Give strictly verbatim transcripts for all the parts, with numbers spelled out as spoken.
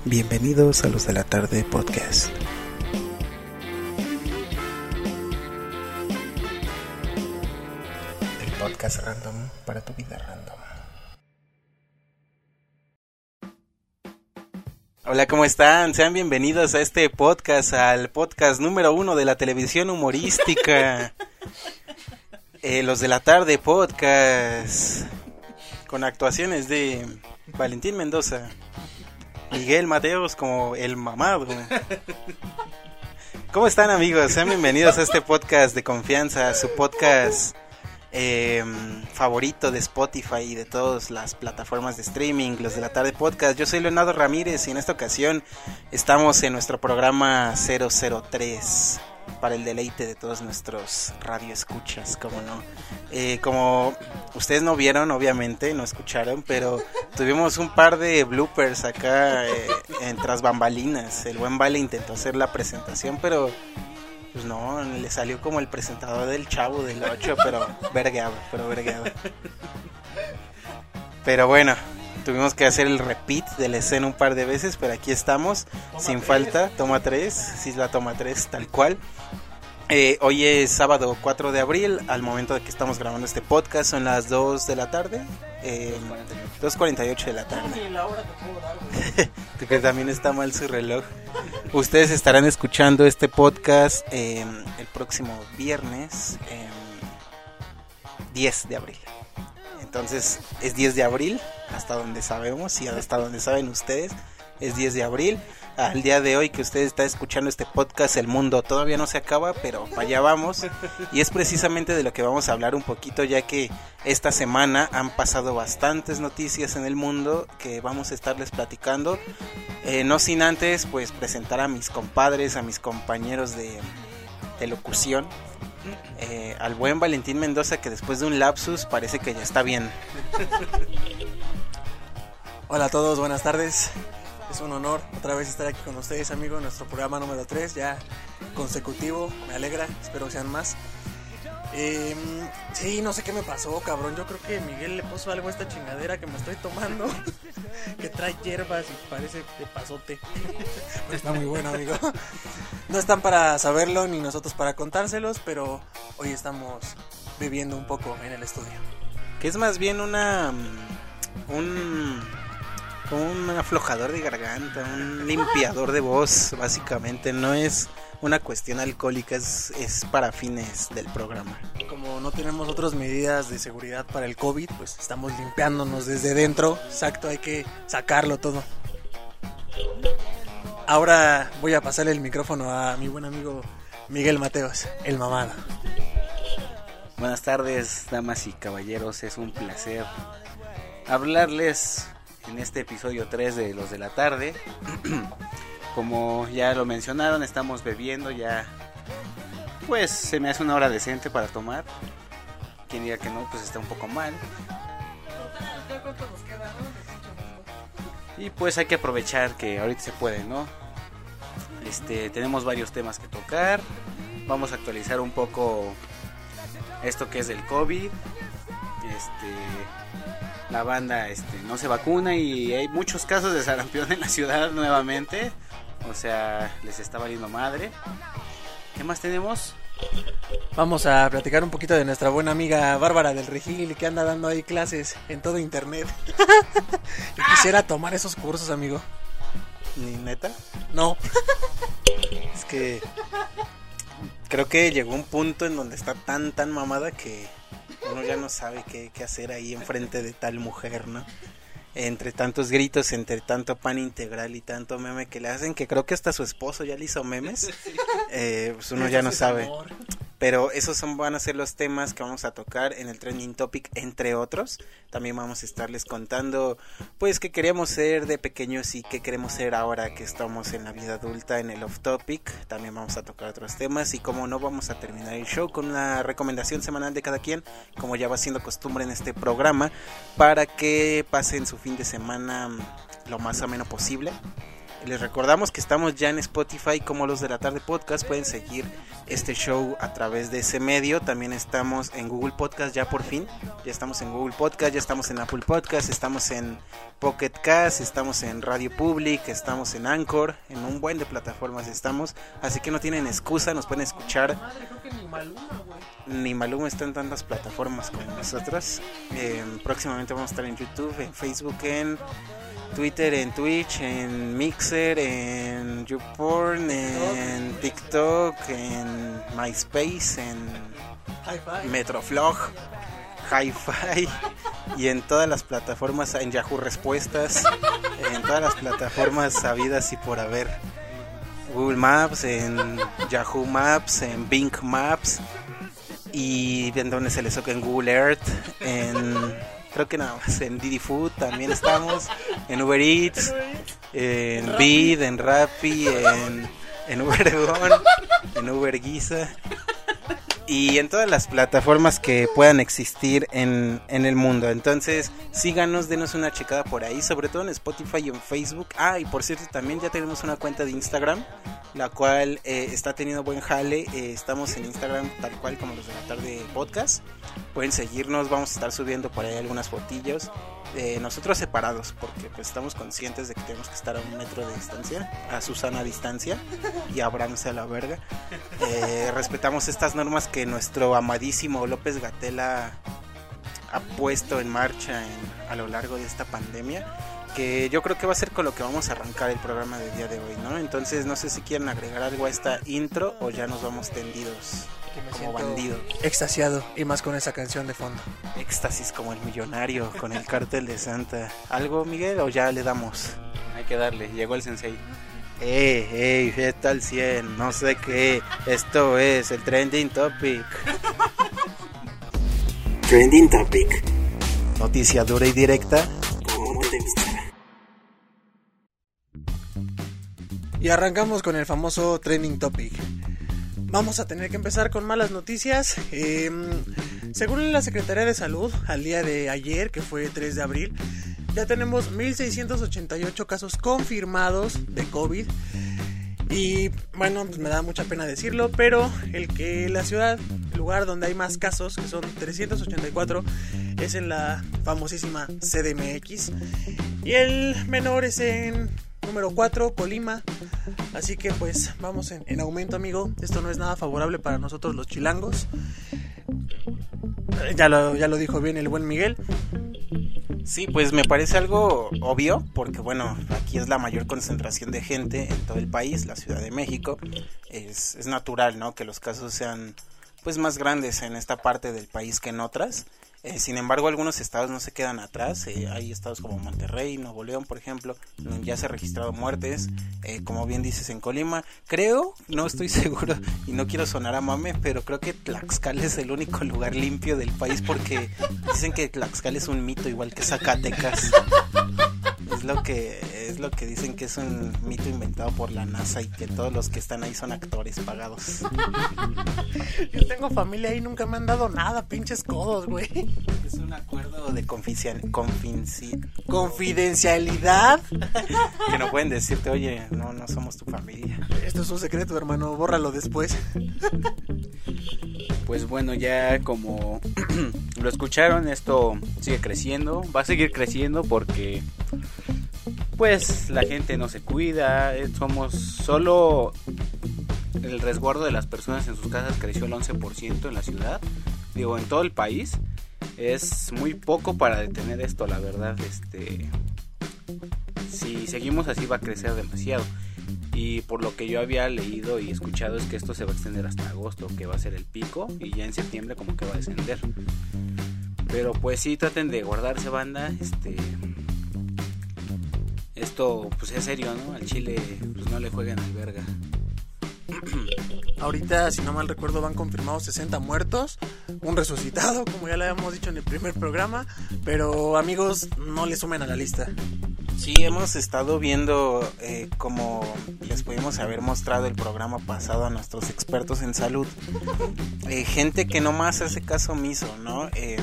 Bienvenidos a Los de la Tarde Podcast. El podcast random para tu vida random. Hola, ¿cómo están? Sean bienvenidos a este podcast, al podcast número uno de la televisión humorística. eh, Los de la Tarde Podcast, con actuaciones de Valentín Mendoza, Miguel Mateos como el mamado. ¿Cómo están, amigos? Sean bienvenidos a este podcast de confianza, su podcast eh, favorito de Spotify y de todas las plataformas de streaming, Los de la Tarde Podcast. Yo soy Leonardo Ramírez y en esta ocasión estamos en nuestro programa cero cero tres para el deleite de todos nuestros radioescuchas, como no. Eh, como ustedes no vieron, obviamente, no escucharon, pero tuvimos un par de bloopers acá eh, en tras bambalinas. El buen Vale intentó hacer la presentación, pero pues no, le salió como el presentador del Chavo del ocho, pero vergueado, pero vergueado. Pero bueno, tuvimos que hacer el repeat de la escena un par de veces, pero aquí estamos, toma sin tres. falta, toma tres, sí es la toma tres, tal cual. Eh, hoy es sábado cuatro de abril, al momento de que estamos grabando este podcast, son las dos de la tarde, eh, dos cuarenta y ocho de la tarde. No, ni la hora te puedo dar, güey. Que también está mal su reloj. Ustedes estarán escuchando este podcast eh, el próximo viernes, eh, diez de abril. Entonces es diez de abril, hasta donde sabemos y hasta donde saben ustedes, es diez de abril. Al día de hoy que usted está escuchando este podcast, el mundo todavía no se acaba, pero allá vamos. Y es precisamente de lo que vamos a hablar un poquito, ya que esta semana han pasado bastantes noticias en el mundo que vamos a estarles platicando. Eh, no sin antes, pues, presentar a mis compadres, a mis compañeros de, de locución. Eh, al buen Valentín Mendoza, que después de un lapsus parece que ya está bien. Hola a todos, buenas tardes. Es un honor otra vez estar aquí con ustedes, amigos, en nuestro programa número tres, ya consecutivo, me alegra, espero que sean más. Eh, sí, no sé qué me pasó, cabrón, yo creo que Miguel le puso algo a esta chingadera que me estoy tomando, que trae hierbas y parece de pasote. Está muy bueno, amigo. No están para saberlo ni nosotros para contárselos, pero hoy estamos bebiendo un poco en el estudio. Que es más bien una... un... como un aflojador de garganta, un limpiador de voz, básicamente. No es una cuestión alcohólica, es, es para fines del programa. Como no tenemos otras medidas de seguridad para el COVID, pues estamos limpiándonos desde dentro. Exacto, hay que sacarlo todo. Ahora voy a pasarle el micrófono a mi buen amigo Miguel Mateos, el mamado. Buenas tardes, damas y caballeros, es un placer hablarles en este episodio tres de Los de la Tarde. Como ya lo mencionaron, estamos bebiendo ya, pues se me hace una hora decente para tomar. Quien diga que no, pues está un poco mal. Y pues hay que aprovechar que ahorita se puede, ¿no? Este, tenemos varios temas que tocar. Vamos a actualizar un poco esto que es del COVID. Este... La banda este, no se vacuna y hay muchos casos de sarampión en la ciudad nuevamente. O sea, les está valiendo madre. ¿Qué más tenemos? Vamos a platicar un poquito de nuestra buena amiga Bárbara del Regil, que anda dando ahí clases en todo internet. Yo quisiera tomar esos cursos, amigo. ¿Ni neta? No. Es que creo que llegó un punto en donde está tan, tan mamada que uno ya no sabe qué, qué hacer ahí enfrente de tal mujer, ¿no? Entre tantos gritos, entre tanto pan integral y tanto meme que le hacen, que creo que hasta su esposo ya le hizo memes, eh, pues uno ya no sabe. Pero esos son, van a ser los temas que vamos a tocar en el Trending Topic, entre otros. También vamos a estarles contando, pues, qué queríamos ser de pequeños y qué queremos ser ahora que estamos en la vida adulta, en el Off Topic. También vamos a tocar otros temas y, como no, vamos a terminar el show con una recomendación semanal de cada quien, como ya va siendo costumbre en este programa, para que pasen su fin de semana lo más ameno posible. Les recordamos que estamos ya en Spotify como Los de la Tarde Podcast. Pueden seguir este show a través de ese medio. También estamos en Google Podcast ya por fin. Ya estamos en Google Podcast, ya estamos en Apple Podcast, estamos en Pocket Cast, estamos en Radio Public, estamos en Anchor, en un buen de plataformas estamos. Así que no tienen excusa, nos pueden escuchar. Madre, creo que ni Maluma, güey. Ni Maluma está en tantas plataformas como nosotros. Eh, próximamente vamos a estar en YouTube, en Facebook, en Twitter, en Twitch, en Mixer, en YouPorn, en TikTok, en MySpace, en Hi-Fi, Metroflog, Hi-Fi y en todas las plataformas, en Yahoo Respuestas, en todas las plataformas sabidas y por haber. Google Maps, en Yahoo Maps, en Bing Maps y en donde se les toca en Google Earth, en... Creo que nada más, en Didi Food también estamos, en Uber Eats, en Bid, en Rappi, en, en Uber Gon, en Uber Guisa y en todas las plataformas que puedan existir en, en el mundo. Entonces síganos, denos una checada por ahí, sobre todo en Spotify y en Facebook. Ah, y por cierto también ya tenemos una cuenta de Instagram, la cual eh, está teniendo buen jale. eh, Estamos en Instagram tal cual como Los de la Tarde Podcast. Pueden seguirnos, vamos a estar subiendo por ahí algunas fotillos, eh, nosotros separados, porque pues estamos conscientes de que tenemos que estar a un metro de distancia, a Susana distancia, y abrámose a la verga. eh, Respetamos estas normas que nuestro amadísimo López Gatela ha puesto en marcha en, a lo largo de esta pandemia, que yo creo que va a ser con lo que vamos a arrancar el programa del día de hoy, ¿no? Entonces no sé si quieren agregar algo a esta intro o ya nos vamos tendidos que me como siento bandidos. extasiado, y más con esa canción de fondo. Éxtasis como el millonario con el Cártel de Santa. ¿Algo, Miguel, o ya le damos? Hay que darle, llegó el sensei. Ey, ey, fiesta al cien, no sé qué. Esto es el Trending Topic. Trending Topic. Noticia dura y directa. ¿Cómo te gusta? Y arrancamos con el famoso Trending Topic. Vamos a tener que empezar con malas noticias. Eh, según la Secretaría de Salud, al día de ayer, que fue tres de abril, ya tenemos mil seiscientos ochenta y ocho casos confirmados de COVID. Y bueno, pues me da mucha pena decirlo, pero el que la ciudad, el lugar donde hay más casos, que son trescientos ochenta y cuatro, es en la famosísima C D M X. Y el menor es en número cuatro, Colima. Así que pues vamos en, en aumento, amigo. Esto no es nada favorable para nosotros los chilangos. Ya lo, ya lo dijo bien el buen Miguel. Sí, pues me parece algo obvio, porque bueno, aquí es la mayor concentración de gente en todo el país, la Ciudad de México. Es, es natural, ¿no?, que los casos sean pues más grandes en esta parte del país que en otras. Eh, sin embargo, algunos estados no se quedan atrás. Eh, hay estados como Monterrey, Nuevo León, por ejemplo, donde ya se han registrado muertes. Eh, como bien dices, en Colima. Creo, no estoy seguro y no quiero sonar a mame, pero creo que Tlaxcala es el único lugar limpio del país, porque dicen que Tlaxcala es un mito, igual que Zacatecas. Es lo que es lo que dicen, que es un mito inventado por la NASA y que todos los que están ahí son actores pagados. Yo tengo familia ahí, nunca me han dado nada, pinches codos, güey. Es un acuerdo de confidencial, confinci, Confidencialidad. que no pueden decirte, oye, no, no somos tu familia. Esto es un secreto, hermano, bórralo después. Pues bueno, ya como lo escucharon, esto sigue creciendo, va a seguir creciendo porque pues la gente no se cuida, eh, somos solo el resguardo de las personas en sus casas creció el once por ciento en la ciudad, digo, en todo el país. Es muy poco para detener esto, la verdad. Este, si seguimos así va a crecer demasiado. Y por lo que yo había leído y escuchado es que esto se va a extender hasta agosto, que va a ser el pico, y ya en septiembre como que va a descender. Pero pues sí, traten de guardarse, banda. Este, esto pues es serio, ¿no? Al chile pues no le jueguen al verga. Ahorita, si no mal recuerdo, van confirmados sesenta muertos, un resucitado, como ya lo habíamos dicho en el primer programa. Pero amigos, no le sumen a la lista. Sí, hemos estado viendo, eh, como les pudimos haber mostrado el programa pasado a nuestros expertos en salud, eh, gente que nomás hace caso omiso, ¿no? Eh,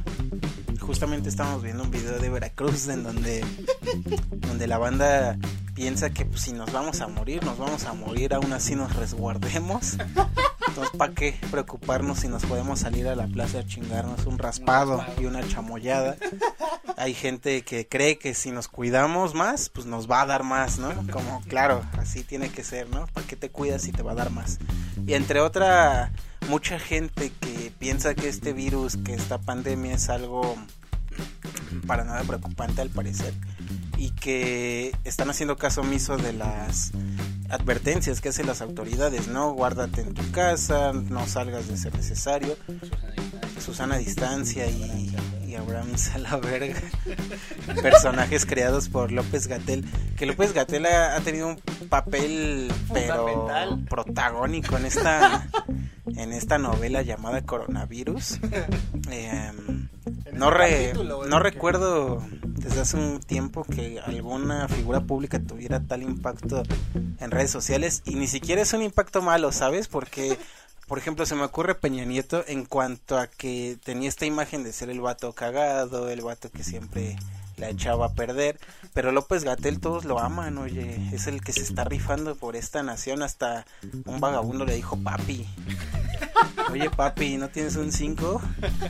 justamente estamos viendo un video de Veracruz en donde, donde la banda piensa que pues, si nos vamos a morir, nos vamos a morir, aún así nos resguardemos. Entonces, ¿para qué preocuparnos si nos podemos salir a la plaza a chingarnos un raspado y una chamoyada? Hay gente que cree que si nos cuidamos más, pues nos va a dar más, ¿no? Como, claro, así tiene que ser, ¿no? ¿Para qué te cuidas si te va a dar más? Y entre otra, mucha gente que piensa que este virus, que esta pandemia es algo para nada preocupante al parecer, y que están haciendo caso omiso de las advertencias que hacen las autoridades, ¿no? Guárdate en tu casa, no salgas de ser necesario, Susana Distancia y, y Abraham Salaverga, personajes creados por López-Gatell, que López-Gatell ha, ha tenido un papel pero protagónico en esta en esta novela llamada Coronavirus. Eh, no re, no recuerdo desde hace un tiempo que alguna figura pública tuviera tal impacto en redes sociales, y ni siquiera es un impacto malo, ¿sabes? Porque, por ejemplo, se me ocurre Peña Nieto en cuanto a que tenía esta imagen de ser el vato cagado, el vato que siempre la echaba a perder, pero López-Gatell todos lo aman, oye, es el que se está rifando por esta nación, hasta un vagabundo le dijo papi. Oye papi, ¿no tienes un cinco?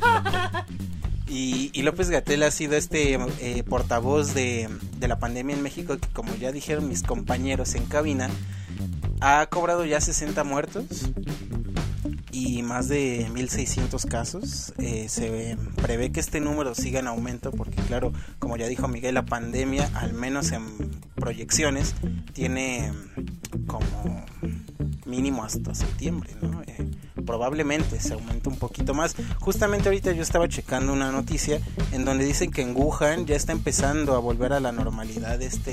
Y, y López-Gatell ha sido este eh, portavoz de, de la pandemia en México, que como ya dijeron mis compañeros en cabina, ha cobrado ya sesenta muertos y más de mil seiscientos casos. Eh, se prevé que este número siga en aumento porque, claro, como ya dijo Miguel, la pandemia, al menos en proyecciones, tiene como mínimo hasta septiembre, ¿no? Eh, probablemente se aumente un poquito más. Justamente ahorita yo estaba checando una noticia en donde dicen que en Wuhan ya está empezando a volver a la normalidad este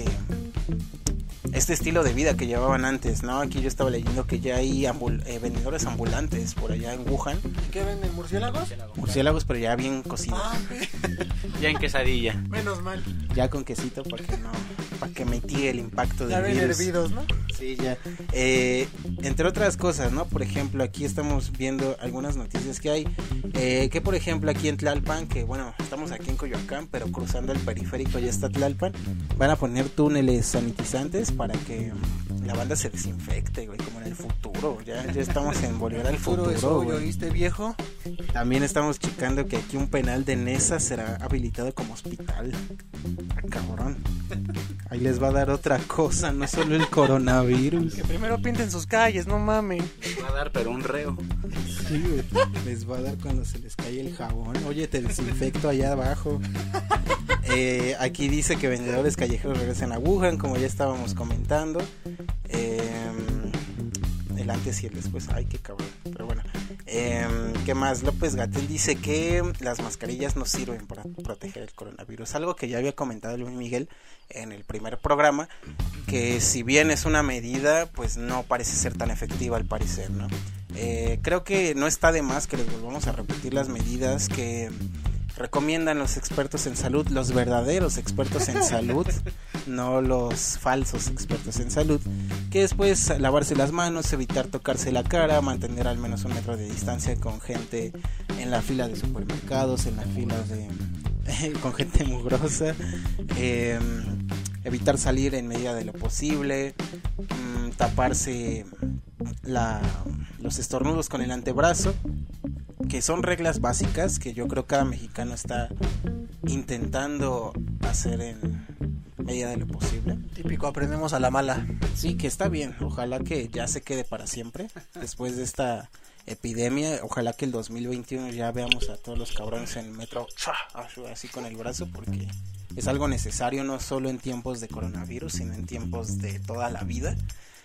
este estilo de vida que llevaban antes, ¿no? Aquí yo estaba leyendo que ya hay ambul- eh, vendedores ambulantes por allá en Wuhan. ¿Qué venden? ¿Murciélagos? Murciélagos, pero ya bien cocidos. Ah, Ya en quesadilla. menos mal. Ya con quesito para que no, para que mitigue el impacto Ya del ven virus. hervidos, ¿no? Sí, ya. Eh, entre otras cosas, ¿no? Por ejemplo, aquí estamos viendo algunas noticias que hay. Eh, que por ejemplo aquí en Tlalpan, que bueno, estamos aquí en Coyoacán, pero cruzando el periférico ya está Tlalpan, van a poner túneles sanitizantes para que la banda se desinfecte, güey, como en el futuro. Ya, ya estamos en volver al Futuro es futuro, hoy, güey. ¿oíste, viejo? También estamos checando que aquí un penal de Nesa será habilitado como hospital. Ah, cabrón. Ahí les va a dar otra cosa, no solo el coronavirus. Que primero pinten sus calles, no mames. Va a dar, pero un reo. Sí, güey. Les va a dar cuando se les cae el jabón. Oye, te desinfecto allá abajo. Eh, aquí dice que vendedores callejeros regresan a Wuhan, como ya estábamos comentando. Eh, el antes y el después. Ay, qué cabrón. Pero bueno. Eh, ¿Qué más? López-Gatell dice que las mascarillas no sirven para proteger el coronavirus. Algo que ya había comentado Luis Miguel en el primer programa, que si bien es una medida, pues no parece ser tan efectiva al parecer, ¿no? Eh, creo que no está de más que les volvamos a repetir las medidas que recomiendan los expertos en salud, los verdaderos expertos en salud, no los falsos expertos en salud, que después lavarse las manos, evitar tocarse la cara, mantener al menos un metro de distancia con gente en la fila de supermercados, en la fila de con gente mugrosa, eh, evitar salir en medida de lo posible, mmm, taparse la, los estornudos con el antebrazo, que son reglas básicas que yo creo cada mexicano está intentando hacer en medida de lo posible. Típico, aprendemos a la mala. Sí, que está bien, ojalá que ya se quede para siempre después de esta epidemia. Ojalá que el dos mil veintiuno ya veamos a todos los cabrones en el metro así con el brazo, porque es algo necesario no solo en tiempos de coronavirus, sino en tiempos de toda la vida.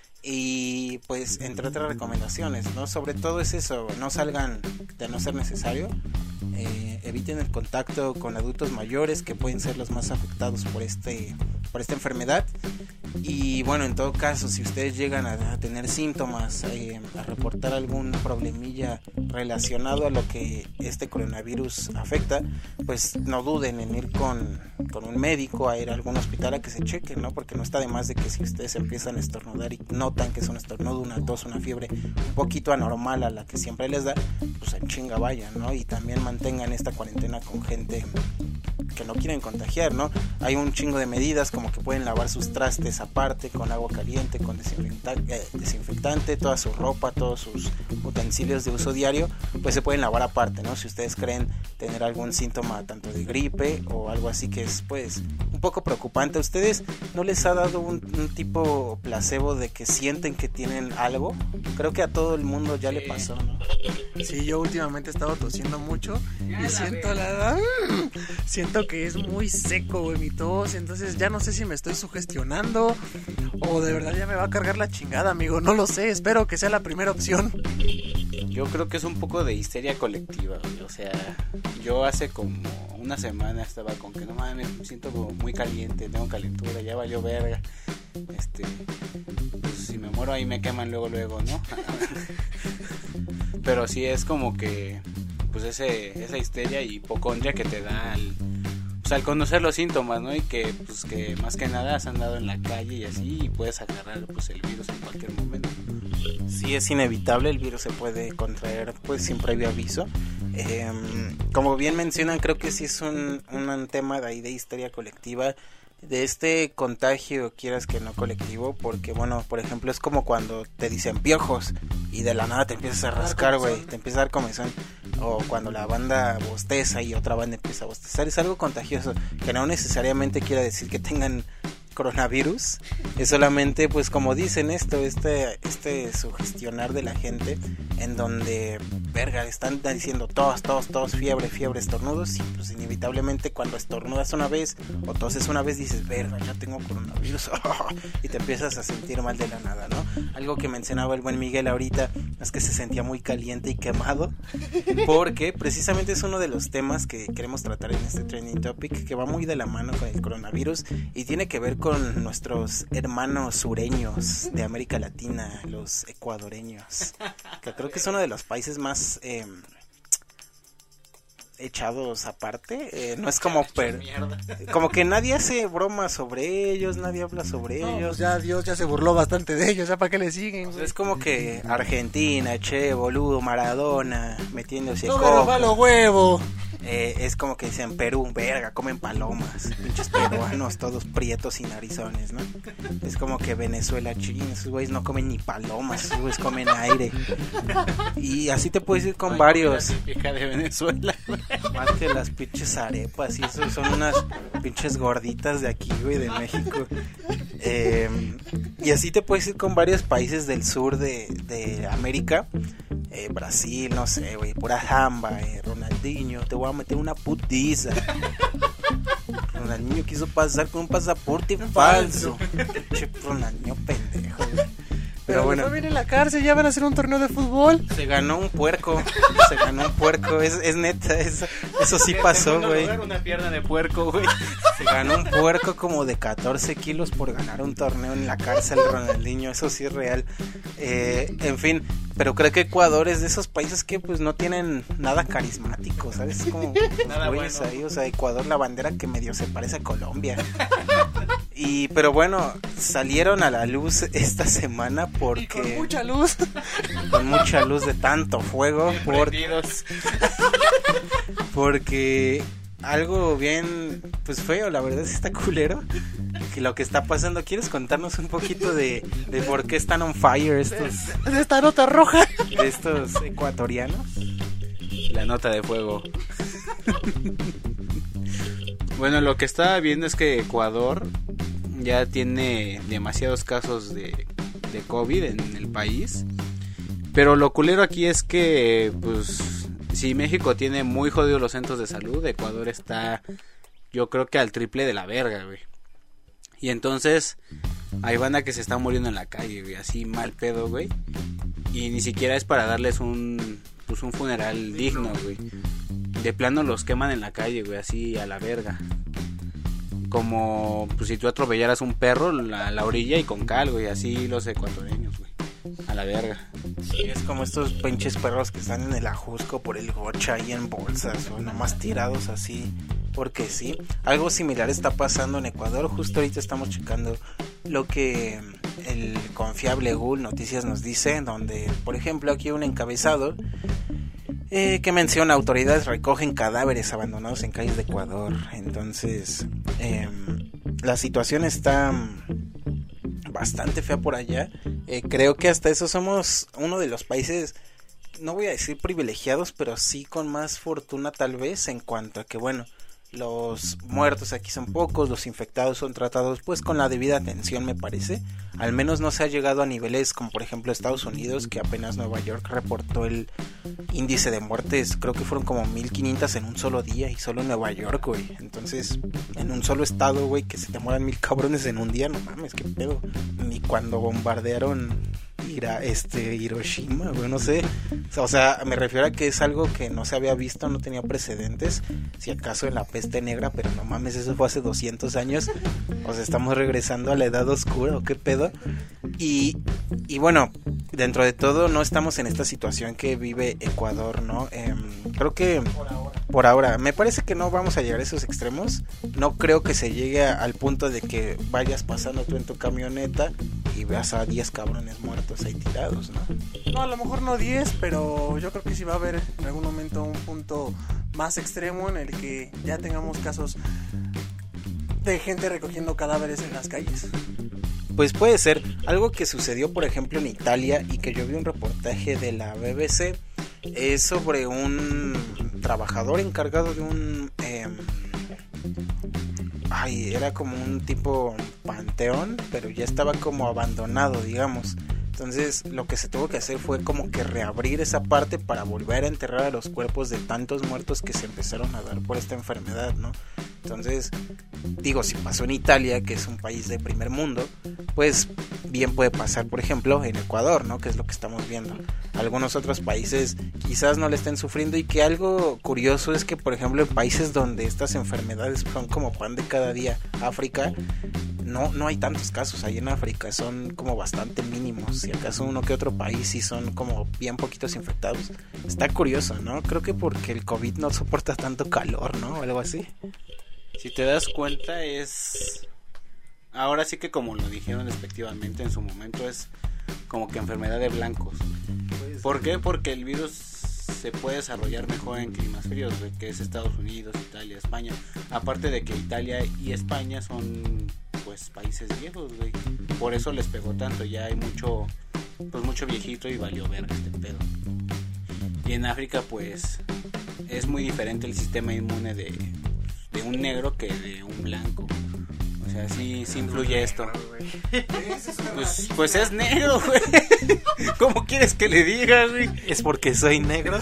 Y pues entre otras recomendaciones, ¿no? Sobre todo es eso, no salgan de no ser necesario, eh, eviten el contacto con adultos mayores que pueden ser los más afectados por este por esta enfermedad. Y bueno, en todo caso, si ustedes llegan a, a tener síntomas, eh, a reportar algún problemilla relacionado a lo que este coronavirus afecta, pues no duden en ir con, con un médico, a ir a algún hospital a que se chequen, ¿no? Porque no está de más de que si ustedes empiezan a estornudar y notan que es un estornudo, una tos, una fiebre un poquito anormal a la que siempre les da, pues en chinga vayan, ¿no? Y también mantengan esta cuarentena con gente que no quieren contagiar, ¿no? Hay un chingo de medidas como que pueden lavar sus trastes aparte con agua caliente, con desinfectante, eh, desinfectante, toda su ropa, todos sus utensilios de uso diario, pues se pueden lavar aparte, ¿no? Si ustedes creen tener algún síntoma tanto de gripe o algo así que es pues un poco preocupante, ¿a ustedes no les ha dado un, un tipo placebo de que sienten que tienen algo? Creo que a todo el mundo ya sí. le pasó, ¿no? Sí, yo últimamente he estado tosiendo mucho y siento la... siento que es muy seco, güey, mi tos, entonces ya no sé si me estoy sugestionando o de verdad ya me va a cargar la chingada, amigo, no lo sé, espero que sea la primera opción. Yo creo que es un poco de histeria colectiva, güey. O sea, yo hace como una semana estaba con que no mames, me siento como muy caliente, tengo calentura, ya valió verga. Este, pues si me muero ahí me queman luego luego, ¿no? Pero sí es como que pues ese esa histeria y hipocondria que te da al, pues, al conocer los síntomas, ¿no? Y que pues que más que nada has andado en la calle y así y puedes agarrar pues el virus en cualquier momento. Sí, es inevitable, el virus se puede contraer pues sin previo aviso. Eh, como bien mencionan, creo que sí es un, un tema de ahí de histeria colectiva, de este contagio, quieras que no colectivo, porque bueno, por ejemplo, es como cuando te dicen piojos y de la nada te empiezas a rascar, güey, te empieza a dar comezón, o cuando la banda bosteza y otra banda empieza a bostezar, es algo contagioso, que no necesariamente quiere decir que tengan coronavirus, es solamente pues como dicen esto, este este sugestionar de la gente en donde verga, están diciendo tos, tos, tos, fiebre, fiebre, estornudos y pues inevitablemente cuando estornudas una vez o toses una vez dices, verga, ya tengo coronavirus y te empiezas a sentir mal de la nada, ¿no? Algo que mencionaba el buen Miguel ahorita es que se sentía muy caliente y quemado porque precisamente es uno de los temas que queremos tratar en este trending topic que va muy de la mano con el coronavirus y tiene que ver con nuestros hermanos sureños de América Latina, los ecuadoreños, que creo que es uno de los países más eh, echados aparte, eh, no es como per, como que nadie hace broma sobre ellos, nadie habla sobre no, ellos. Pues ya Dios ya se burló bastante de ellos, ya para qué le siguen. Pues es como que Argentina, che, boludo, Maradona, metiéndose no coca. No me los huevos. Eh, es como que dicen Perú, verga, comen palomas, pinches peruanos, todos prietos y narizones, ¿no? Es como que Venezuela, ching, esos güeyes no comen ni palomas, esos güeyes comen aire. Y así te puedes ir con varios. La típica de Venezuela. Más que las pinches arepas y eso, son unas pinches gorditas de aquí, güey, de México. Eh, y así te puedes ir con varios países del sur de, de América. Eh, Brasil, no sé, güey, pura jamba, eh, Ronaldinho, te voy a meter una putiza. Ronaldinho quiso pasar con un pasaporte falso. Che, Ronaldinho pendejo, güey. Pero, Pero bueno, no viene en la cárcel, ya van a hacer un torneo de fútbol. Se ganó un puerco, se ganó un puerco, es, es neta, eso, eso sí pasó, güey. Una pierna de puerco, güey. Se ganó un puerco como de catorce kilos por ganar un torneo en la cárcel, Ronaldinho, eso sí es real. Eh, en fin, pero creo que Ecuador es de esos países que pues no tienen nada carismático, ¿sabes? Es como nada bueno. Ahí, o sea, Ecuador, la bandera que medio se parece a Colombia. Y pero bueno, salieron a la luz esta semana porque... Y con mucha luz. Con mucha luz de tanto fuego. Por, porque algo bien, pues feo, la verdad es que está culero. Que lo que está pasando, ¿quieres contarnos un poquito de, de por qué están on fire estos... De esta nota roja. De estos ecuatorianos? La nota de fuego. Bueno, lo que estaba viendo es que Ecuador ya tiene demasiados casos de, de COVID en el país. Pero lo culero aquí es que, pues, si México tiene muy jodidos los centros de salud, Ecuador está, yo creo que al triple de la verga, güey. Y entonces, hay banda que se está muriendo en la calle, güey, así mal pedo, güey. Y ni siquiera es para darles un, pues, un funeral digno, güey. De plano los queman en la calle, güey, así a la verga. Como pues si tú atropellaras un perro a la, la orilla y con cal, güey, así los ecuatorianos, güey, a la verga. Sí, es como estos pinches perros que están en el Ajusco por el Gocha ahí en bolsas o nomás tirados así, porque sí. Algo similar está pasando en Ecuador, justo ahorita estamos checando lo que el confiable Google Noticias nos dice, donde, por ejemplo, aquí un encabezado Eh, ¿Qué menciona? Autoridades recogen cadáveres abandonados en calles de Ecuador. Entonces, eh, la situación está bastante fea por allá. Eh, creo que hasta eso somos uno de los países, no voy a decir privilegiados, pero sí con más fortuna tal vez, en cuanto a que, bueno, los muertos aquí son pocos, los infectados son tratados pues con la debida atención, me parece. Al menos no se ha llegado a niveles como por ejemplo Estados Unidos, que apenas Nueva York reportó el índice de muertes, creo que fueron como mil quinientas en un solo día, y solo en Nueva York, güey. Entonces, en un solo estado, güey, que se te mueran mil cabrones en un día, no mames, qué pedo. Ni cuando bombardearon Hira, este, Hiroshima, güey, no sé. O sea, me refiero a que es algo que no se había visto, no tenía precedentes. Si acaso en la peste negra, pero no mames, eso fue hace doscientos años. O sea, estamos regresando a la edad oscura, ¿o qué pedo? Y, y bueno, dentro de todo no estamos en esta situación que vive Ecuador, ¿no? Eh, creo que por ahora. por ahora, me parece que no vamos a llegar a esos extremos. No creo que se llegue a, al punto de que vayas pasando tú en tu camioneta y veas a diez cabrones muertos ahí tirados, ¿no? No, a lo mejor no diez, pero yo creo que sí va a haber en algún momento un punto más extremo en el que ya tengamos casos de gente recogiendo cadáveres en las calles. Pues puede ser. Algo que sucedió por ejemplo en Italia y que yo vi un reportaje de la B B C es sobre un trabajador encargado de un eh, ay, era como un tipo panteón, pero ya estaba como abandonado, digamos. Entonces lo que se tuvo que hacer fue como que reabrir esa parte para volver a enterrar a los cuerpos de tantos muertos que se empezaron a dar por esta enfermedad, ¿no? Entonces, digo, si pasó en Italia, que es un país de primer mundo, pues bien puede pasar, por ejemplo, en Ecuador, ¿no? Que es lo que estamos viendo. Algunos otros países quizás no le estén sufriendo, y que algo curioso es que, por ejemplo, en países donde estas enfermedades son como pan de cada día, África, no, no hay tantos casos ahí en África, son como bastante mínimos. Si acaso uno que otro país sí son como bien poquitos infectados. Está curioso, ¿no? Creo que porque el COVID no soporta tanto calor, ¿no? O algo así. Si te das cuenta, es... Ahora sí que como lo dijeron despectivamente en su momento, es como que enfermedad de blancos. Pues, ¿por qué? Porque el virus se puede desarrollar mejor en climas fríos, güey, que es Estados Unidos, Italia, España. Aparte de que Italia y España son pues países viejos, güey. Por eso les pegó tanto. Ya hay mucho, pues mucho viejito y valió verga este pedo. Y en África pues es muy diferente el sistema inmune de, de un negro que de un blanco. O sea, sí, sí influye esto. Pues, pues es negro, güey. ¿Cómo quieres que le diga, güey? ¿Es porque soy negro?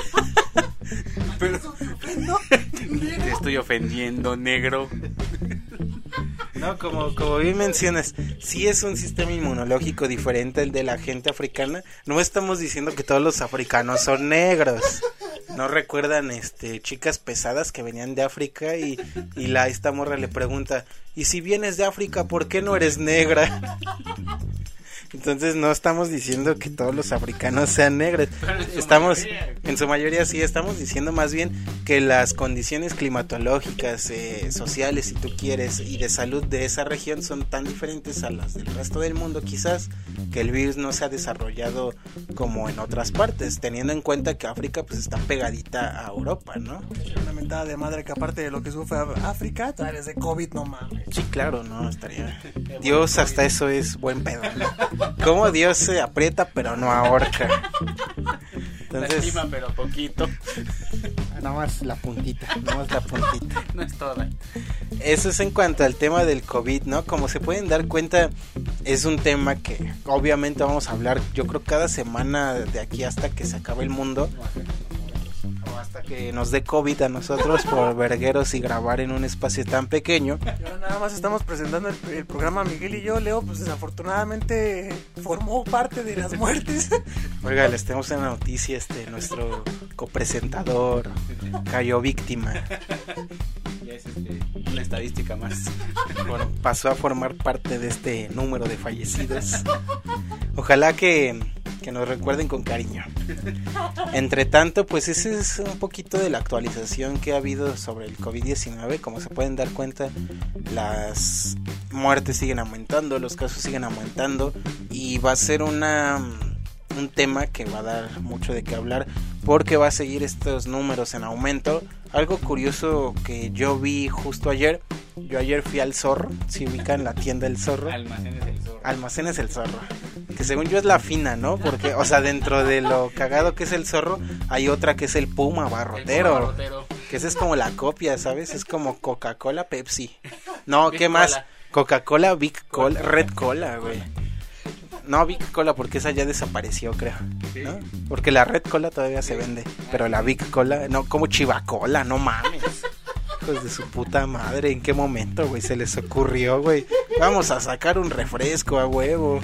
Pero te estoy ofendiendo, negro. No, como, como bien mencionas, sí es un sistema inmunológico diferente al de la gente africana. No estamos diciendo que todos los africanos son negros. ¿No recuerdan este chicas pesadas que venían de África y, y la esta morra le pregunta, ¿y si vienes de África, por qué no eres negra? Entonces no estamos diciendo que todos los africanos sean negros. Estamos, en su mayoría sí, estamos diciendo más bien que las condiciones climatológicas, eh, sociales, si tú quieres, y de salud de esa región son tan diferentes a las del resto del mundo, quizás, que el virus no se ha desarrollado como en otras partes, teniendo en cuenta que África pues está pegadita a Europa, ¿no? Una mentada de madre que aparte de lo que sufre África, tales de COVID, no mames. Sí, claro, no, estaría... Dios hasta eso es buen pedo, ¿no? Como Dios se aprieta pero no ahorca. Entonces, lastima pero poquito. Nada más la puntita, nada más la puntita. No es toda. Eso es en cuanto al tema del COVID, ¿no? Como se pueden dar cuenta, es un tema que obviamente vamos a hablar, yo creo, cada semana de aquí hasta que se acabe el mundo. O hasta que nos dé COVID a nosotros por vergueros y grabar en un espacio tan pequeño. Y ahora nada más estamos presentando el, el programa Miguel y yo. Leo pues desafortunadamente formó parte de las muertes. Oiga, les tenemos una noticia, este, nuestro copresentador cayó víctima. Ya es este, una estadística más. Bueno, pasó a formar parte de este número de fallecidos. Ojalá que, que nos recuerden con cariño. Entre tanto, pues ese es un poquito de la actualización que ha habido sobre el COVID diecinueve. Como se pueden dar cuenta, las muertes siguen aumentando, los casos siguen aumentando, y va a ser una... un tema que va a dar mucho de qué hablar, porque va a seguir estos números en aumento. Algo curioso que yo vi justo ayer, yo ayer fui al Zorro, si ubican la tienda del Zorro. Almacenes el Zorro. Almacenes el Zorro, que según yo es la fina, ¿no? Porque, o sea, dentro de lo cagado que es el Zorro, hay otra que es el Puma Barrotero, El Puma Barrotero. Que esa es como la copia, ¿sabes? Es como Coca-Cola, Pepsi. No, Big ¿qué más? Cola. Coca-Cola, Big Cola, Red Cola, güey. No, Big Cola, porque esa ya desapareció, creo, ¿no? Porque la Red Cola todavía se vende, pero la Big Cola, no, como Chivacola, no mames. Hijos de su puta madre, ¿en qué momento, güey, se les ocurrió, güey? Vamos a sacar un refresco a huevo.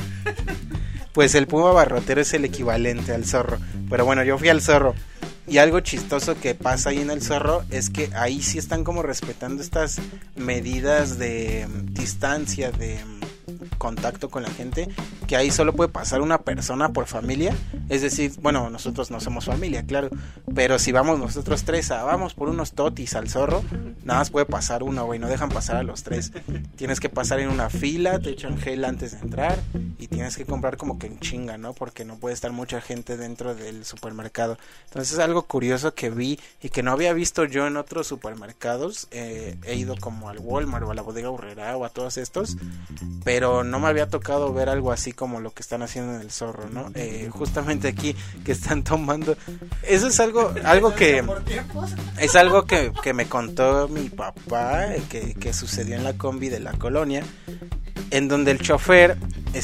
Pues el Puma Barrotero es el equivalente al Zorro. Pero bueno, yo fui al Zorro. Y algo chistoso que pasa ahí en el Zorro es que ahí sí están como respetando estas medidas de um, distancia, de um, contacto con la gente, que ahí solo puede pasar una persona por familia. Es decir, bueno, nosotros no somos familia, claro, pero si vamos nosotros tres a, vamos por unos totis al Zorro, nada más puede pasar uno, güey, no dejan pasar a los tres. Tienes que pasar en una fila, te echan gel antes de entrar y tienes que comprar como que en chinga, ¿no? Porque no puede estar mucha gente dentro del supermercado. Entonces es algo curioso que vi y que no había visto yo en otros supermercados. Eh, he ido como al Walmart o a la Bodega Aurrerá o a todos estos, pero no me había tocado ver algo así como lo que están haciendo en el Zorro, ¿no? Eh, justamente aquí que están tomando, eso es algo algo que es algo que, que me contó mi papá, que, que sucedió en la combi de la colonia, en donde el chofer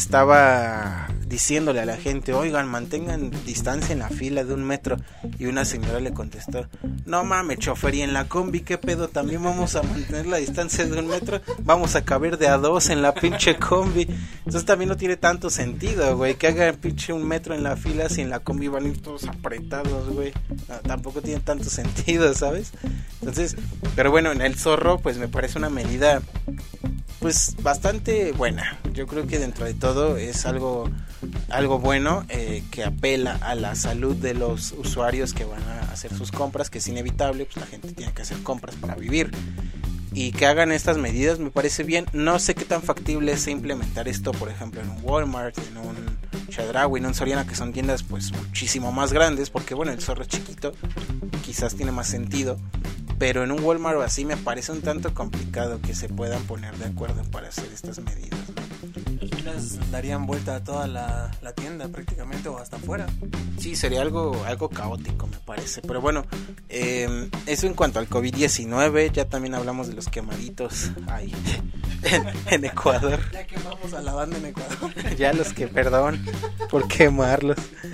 estaba diciéndole a la gente, oigan, mantengan distancia en la fila de un metro, y una señora le contestó, no mames, chofer, y en la combi, ¿qué pedo? También vamos a mantener la distancia de un metro, vamos a caber de a dos en la pinche combi. Entonces también no tiene tanto sentido, güey, que hagan pinche un metro en la fila si en la combi van a ir todos apretados, güey. No, tampoco tiene tanto sentido, ¿sabes? Entonces, pero bueno, en el Zorro pues me parece una medida pues bastante buena. Yo creo que dentro de todo es algo algo bueno, eh, que apela a la salud de los usuarios que van a hacer sus compras, que es inevitable, pues la gente tiene que hacer compras para vivir, y que hagan estas medidas me parece bien. No sé qué tan factible es implementar esto, por ejemplo, en un Walmart, en un Chedraui, en un Soriana, que son tiendas pues muchísimo más grandes, porque bueno, el Zorro es chiquito, quizás tiene más sentido, pero en un Walmart o así me parece un tanto complicado que se puedan poner de acuerdo para hacer estas medidas, ¿no? Las darían vuelta a toda la, la tienda prácticamente, o hasta afuera. Sí, sería algo algo caótico, me parece. Pero bueno, eh, eso en cuanto al covid diecinueve. Ya también hablamos de los quemaditos ahí en, en Ecuador. Ya quemamos a la banda en Ecuador. Ya los que, perdón por quemarlos.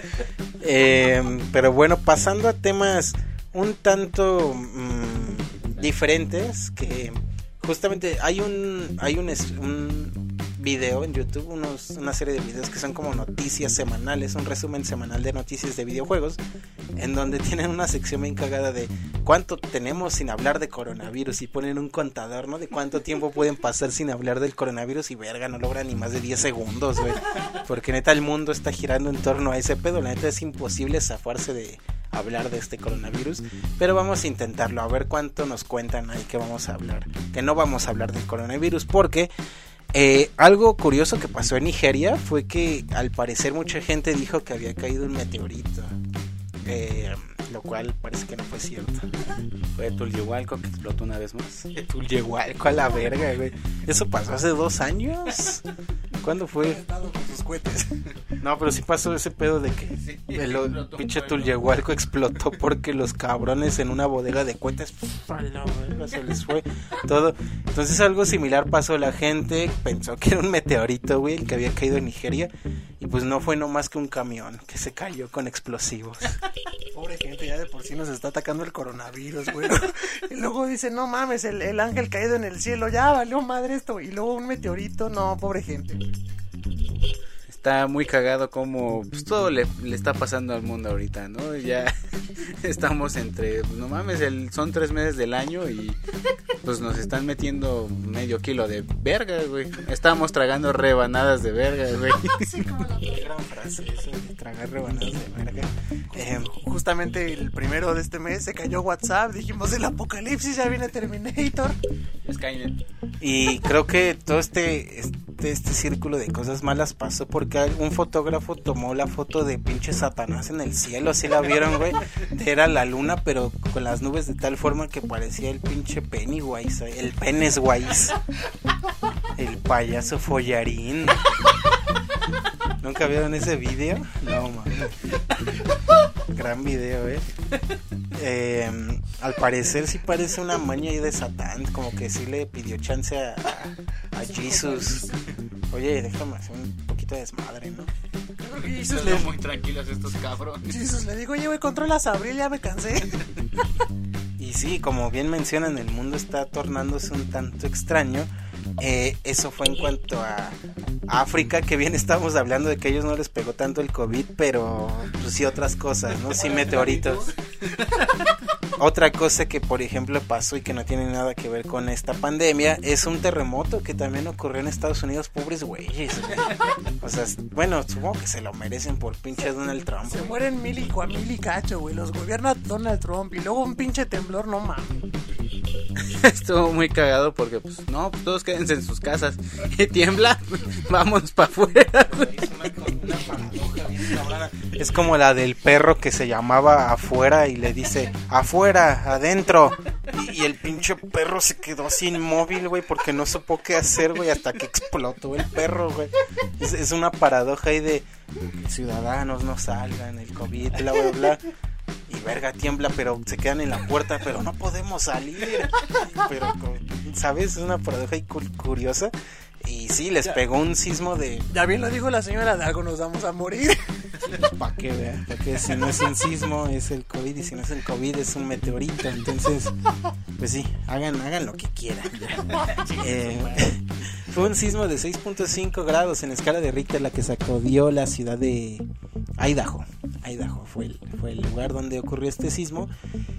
Eh, pero bueno, pasando a temas un tanto mmm, diferentes, que justamente hay un hay un, un video en YouTube, unos, una serie de videos que son como noticias semanales, un resumen semanal de noticias de videojuegos, en donde tienen una sección bien cagada de cuánto tenemos sin hablar de coronavirus, y ponen un contador, ¿no? De cuánto tiempo pueden pasar sin hablar del coronavirus, y verga, no logran ni más de diez segundos, güey, porque neta el mundo está girando en torno a ese pedo. La neta es imposible zafarse de hablar de este coronavirus, pero vamos a intentarlo, a ver cuánto nos cuentan ahí que vamos a hablar, que no vamos a hablar del coronavirus, porque Eh, algo curioso que pasó en Nigeria fue que al parecer mucha gente dijo que había caído un meteorito, eh, lo cual parece que no fue cierto. Fue Tulyehualco que explotó una vez más. Tulyehualco a la verga, güey. Eso pasó hace dos años. ¿Cuándo fue? Con sus cohetes. No, pero sí pasó ese pedo de que sí, el explotó, pinche Tulyehualco explotó porque los cabrones en una bodega de cohetes, pff, a la verga, se les fue todo. Entonces algo similar pasó. La gente pensó que era un meteorito, güey, el que había caído en Nigeria, y pues no fue nomás que un camión que se cayó con explosivos. Pobre gente, ya de por sí nos está atacando el coronavirus, güey. Y luego dice, no mames, el, el ángel caído en el cielo, ya valió madre esto. Y luego un meteorito, no, pobre gente. Está muy cagado como pues, todo le, le está pasando al mundo ahorita, ¿no? Ya estamos entre, no mames, el, son tres meses del año y pues nos están metiendo medio kilo de verga, güey. Estamos tragando rebanadas de verga, güey. Sí, como la gran frase, eso de tragar rebanadas de verga. Eh, justamente el primero de este mes se cayó WhatsApp, dijimos el apocalipsis, ya viene Terminator. Skynet. Y creo que todo este... este círculo de cosas malas pasó porque un fotógrafo tomó la foto de pinche Satanás en el cielo, ¿sí la vieron, güey? Era la luna, pero con las nubes de tal forma que parecía el pinche Pennywise, el Pennywise, el payaso follarín. ¿Nunca vieron ese video? No, mames. Gran video, ¿eh? eh Al parecer sí parece una maña ahí de Satán, como que sí le pidió chance a, a, a Jesus. Oye, déjame hacer un poquito de desmadre, ¿no? Jesus le... muy tranquilos estos cabrones. Jesus le digo, oye, güey, controlas a Abril, ya me cansé. Y sí, como bien mencionan, el mundo está tornándose un tanto extraño. Eh, eso fue en cuanto a África, que bien estábamos hablando de que a ellos no les pegó tanto el COVID, pero pues sí otras cosas, ¿no? Sí, meteoritos. Otra cosa que por ejemplo pasó y que no tiene nada que ver con esta pandemia es un terremoto que también ocurrió en Estados Unidos. Pobres güeyes, güey. O sea, bueno, supongo que se lo merecen por pinche Donald Trump. Se mueren mil y cuatro mil y cacho, güey. Los gobierna Donald Trump y luego un pinche temblor, no mames. Estuvo muy cagado porque pues no, pues, todos quédense en sus casas. Y tiembla, vámonos para afuera. Es como la del perro que se llamaba afuera y le dice afuera, adentro. Y, y el pinche perro se quedó así inmóvil, güey, porque no supo qué hacer, güey, hasta que explotó el perro, güey. Es, es una paradoja ahí de ciudadanos no salgan, el COVID, bla, bla, bla. Y verga, tiembla, pero se quedan en la puerta, pero no podemos salir. Pero, ¿sabes? Es una paradoja ahí curiosa. Y sí, les pegó un sismo de... Ya bien lo dijo la señora, de algo nos vamos a morir. Para que vean, para que si no es un sismo es el COVID, y si no es el COVID es un meteorito. Entonces, pues sí, hagan, hagan lo que quieran. Eh, fue un sismo de seis punto cinco grados en escala de Richter la que sacudió la ciudad de Idaho. Idaho fue el, fue el lugar donde ocurrió este sismo.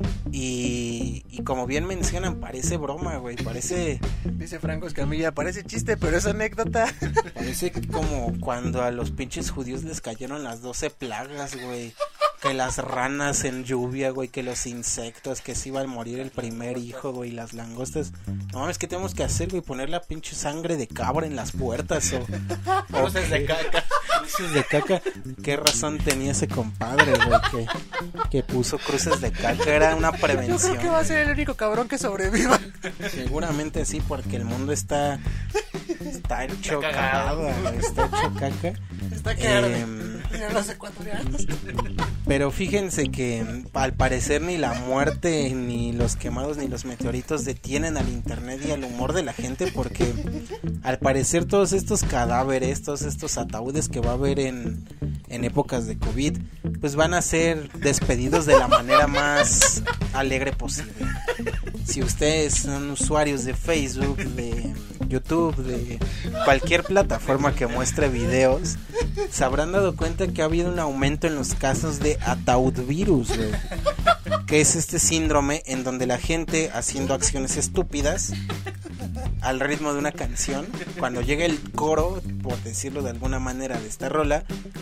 Y, y como bien mencionan, parece broma, güey, parece... Dice Franco Escamilla, parece chiste, pero es anécdota. Parece como cuando a los pinches judíos les cayeron las doce plagas, güey. Que las ranas en lluvia, güey, que los insectos, que se iba a morir el primer hijo, güey, las langostas. No mames, ¿qué tenemos que hacer, güey? Poner la pinche sangre de cabra en las puertas o... Cruces de caca. Cruces de caca. ¿Qué razón tenía ese compadre, güey, que, que puso cruces de caca? Era una prevención. Yo creo que va a ser el único cabrón que sobreviva. Seguramente sí, porque el mundo está... Está hecho cagada, está hecho caca. Está cagado. Eh, Mira los ecuatorianos. Pero fíjense que al parecer ni la muerte, ni los quemados, ni los meteoritos detienen al internet y al humor de la gente, porque al parecer todos estos cadáveres, todos estos ataúdes que va a haber en, en épocas de COVID, pues van a ser despedidos de la manera más alegre posible. Si ustedes son usuarios de Facebook, de YouTube, de cualquier plataforma que muestre videos, se habrán dado cuenta que ha habido un aumento en los casos de ataudvirus, güey, que es este síndrome en donde la gente haciendo acciones estúpidas al ritmo de una canción, cuando llega el coro, por decirlo de alguna manera, de esta rola,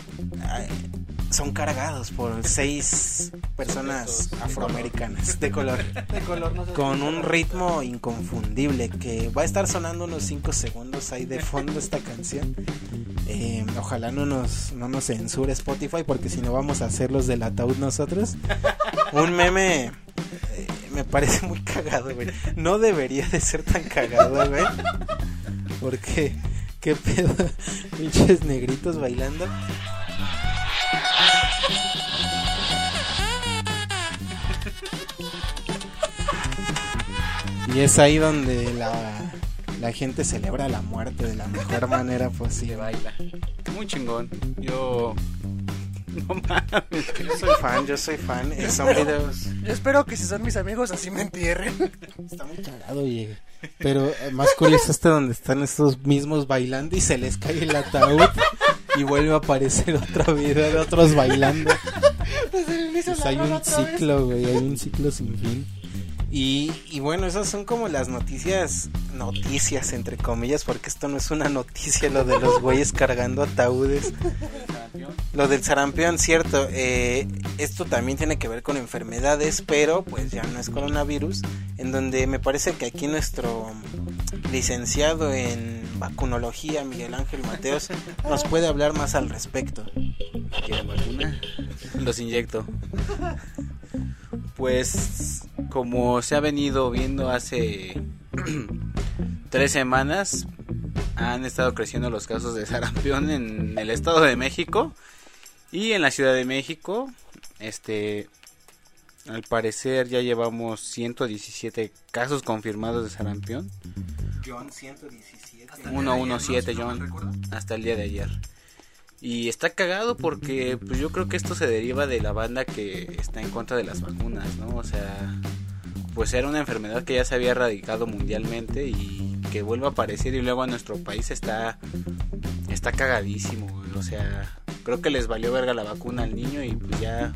son cargados por seis personas afroamericanas de color, de color no sé, con un ritmo inconfundible que va a estar sonando unos cinco segundos ahí de fondo esta canción. Eh, ojalá no nos, no nos censure Spotify, porque si no vamos a hacer los del ataúd nosotros. Un meme eh, me parece muy cagado, güey. No debería de ser tan cagado, güey, porque qué pedo, pinches negritos bailando. Y es ahí donde la, la gente celebra la muerte de la mejor manera posible. Baila. Muy chingón. Yo... No mames. Yo soy fan, yo soy fan. Eh, son videos... Yo espero que si son mis amigos así me entierren. Está muy cagado, oye. Pero más curioso está donde están estos mismos bailando y se les cae el ataúd y vuelve a aparecer otro video de otros bailando. Pues hay un ciclo, güey, hay un ciclo sin fin. Y, y bueno, esas son como las noticias, noticias entre comillas, porque esto no es una noticia, lo de los güeyes cargando ataúdes. Lo del sarampión, cierto. Eh, esto también tiene que ver con enfermedades, pero pues ya no es coronavirus, en donde me parece que aquí nuestro licenciado en vacunología, Miguel Ángel Mateos, nos puede hablar más al respecto. ¿Quieren vacuna? Los inyecto. Pues como se ha venido viendo hace tres semanas, han estado creciendo los casos de sarampión en el Estado de México y en la Ciudad de México. Este, al parecer ya llevamos ciento diecisiete casos confirmados de sarampión. John, ciento diecisiete. ciento diecisiete, John, hasta el día de ayer. Y está cagado porque pues yo creo que esto se deriva de la banda que está en contra de las vacunas, ¿no? O sea, pues era una enfermedad que ya se había erradicado mundialmente y que vuelva a aparecer y luego a nuestro país está está cagadísimo, güey. O sea, creo que les valió verga la vacuna al niño y pues ya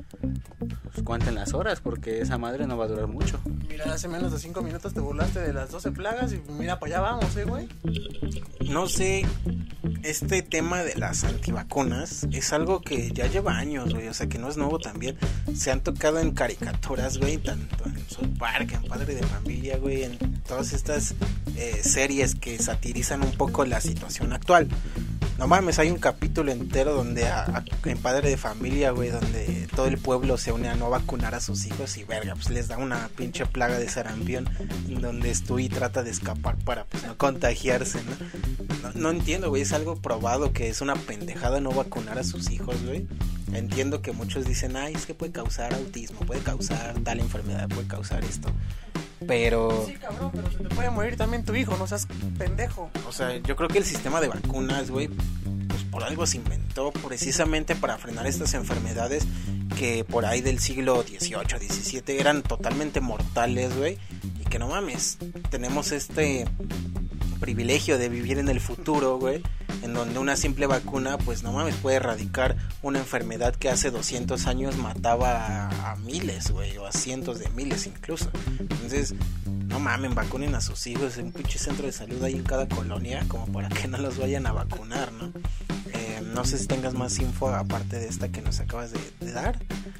pues, cuenten las horas porque esa madre no va a durar mucho. Mira, hace menos de cinco minutos te burlaste de las doce plagas y mira, para allá vamos, ¿eh, güey? No sé, este tema de las antivacunas es algo que ya lleva años, güey, o sea que no es nuevo también. Se han tocado en caricaturas, güey, tanto en South Park, en Padre de Familia, güey, en todas estas eh, series que satirizan un poco la situación actual. No mames, hay un capítulo entero donde a, a, en Padre de Familia, güey, donde todo el pueblo se une a no vacunar a sus hijos y verga, pues les da una pinche plaga de sarampión donde Stewie trata de escapar para pues no contagiarse, ¿no? No, no entiendo, güey, es algo probado que es una pendejada no vacunar a sus hijos, güey. Entiendo que muchos dicen, ay, es que puede causar autismo, puede causar tal enfermedad, puede causar esto. Pero... Sí, cabrón, pero se te puede morir también tu hijo, no seas pendejo. O sea, yo creo que el sistema de vacunas, güey, pues por algo se inventó precisamente para frenar estas enfermedades que por ahí del siglo dieciocho, diecisiete eran totalmente mortales, güey. Y que no mames, tenemos este privilegio de vivir en el futuro, güey, en donde una simple vacuna, pues no mames, puede erradicar una enfermedad que hace doscientos años mataba a, a miles, güey, o a cientos de miles incluso. Entonces, no mamen, vacunen a sus hijos en un pinche centro de salud ahí en cada colonia, como para que no los vayan a vacunar, ¿no? Eh, no sé si tengas más info aparte de esta que nos acabas de, de dar.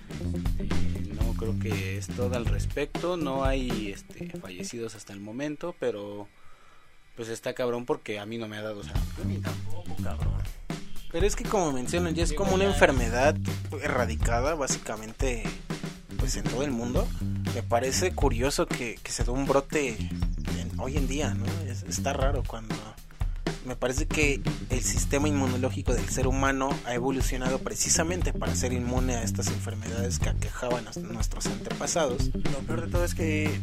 No, creo que es todo al respecto. No hay este, fallecidos hasta el momento, pero... pues está cabrón porque a mí no me ha dado sarampión ni tampoco, cabrón. Pero es que como mencionan, ya es como una enfermedad erradicada básicamente pues en todo el mundo. Me parece curioso que, que se dé un brote en, hoy en día, ¿no? Es, está raro cuando... Me parece que el sistema inmunológico del ser humano ha evolucionado precisamente para ser inmune a estas enfermedades que aquejaban a nuestros antepasados. Lo peor de todo es que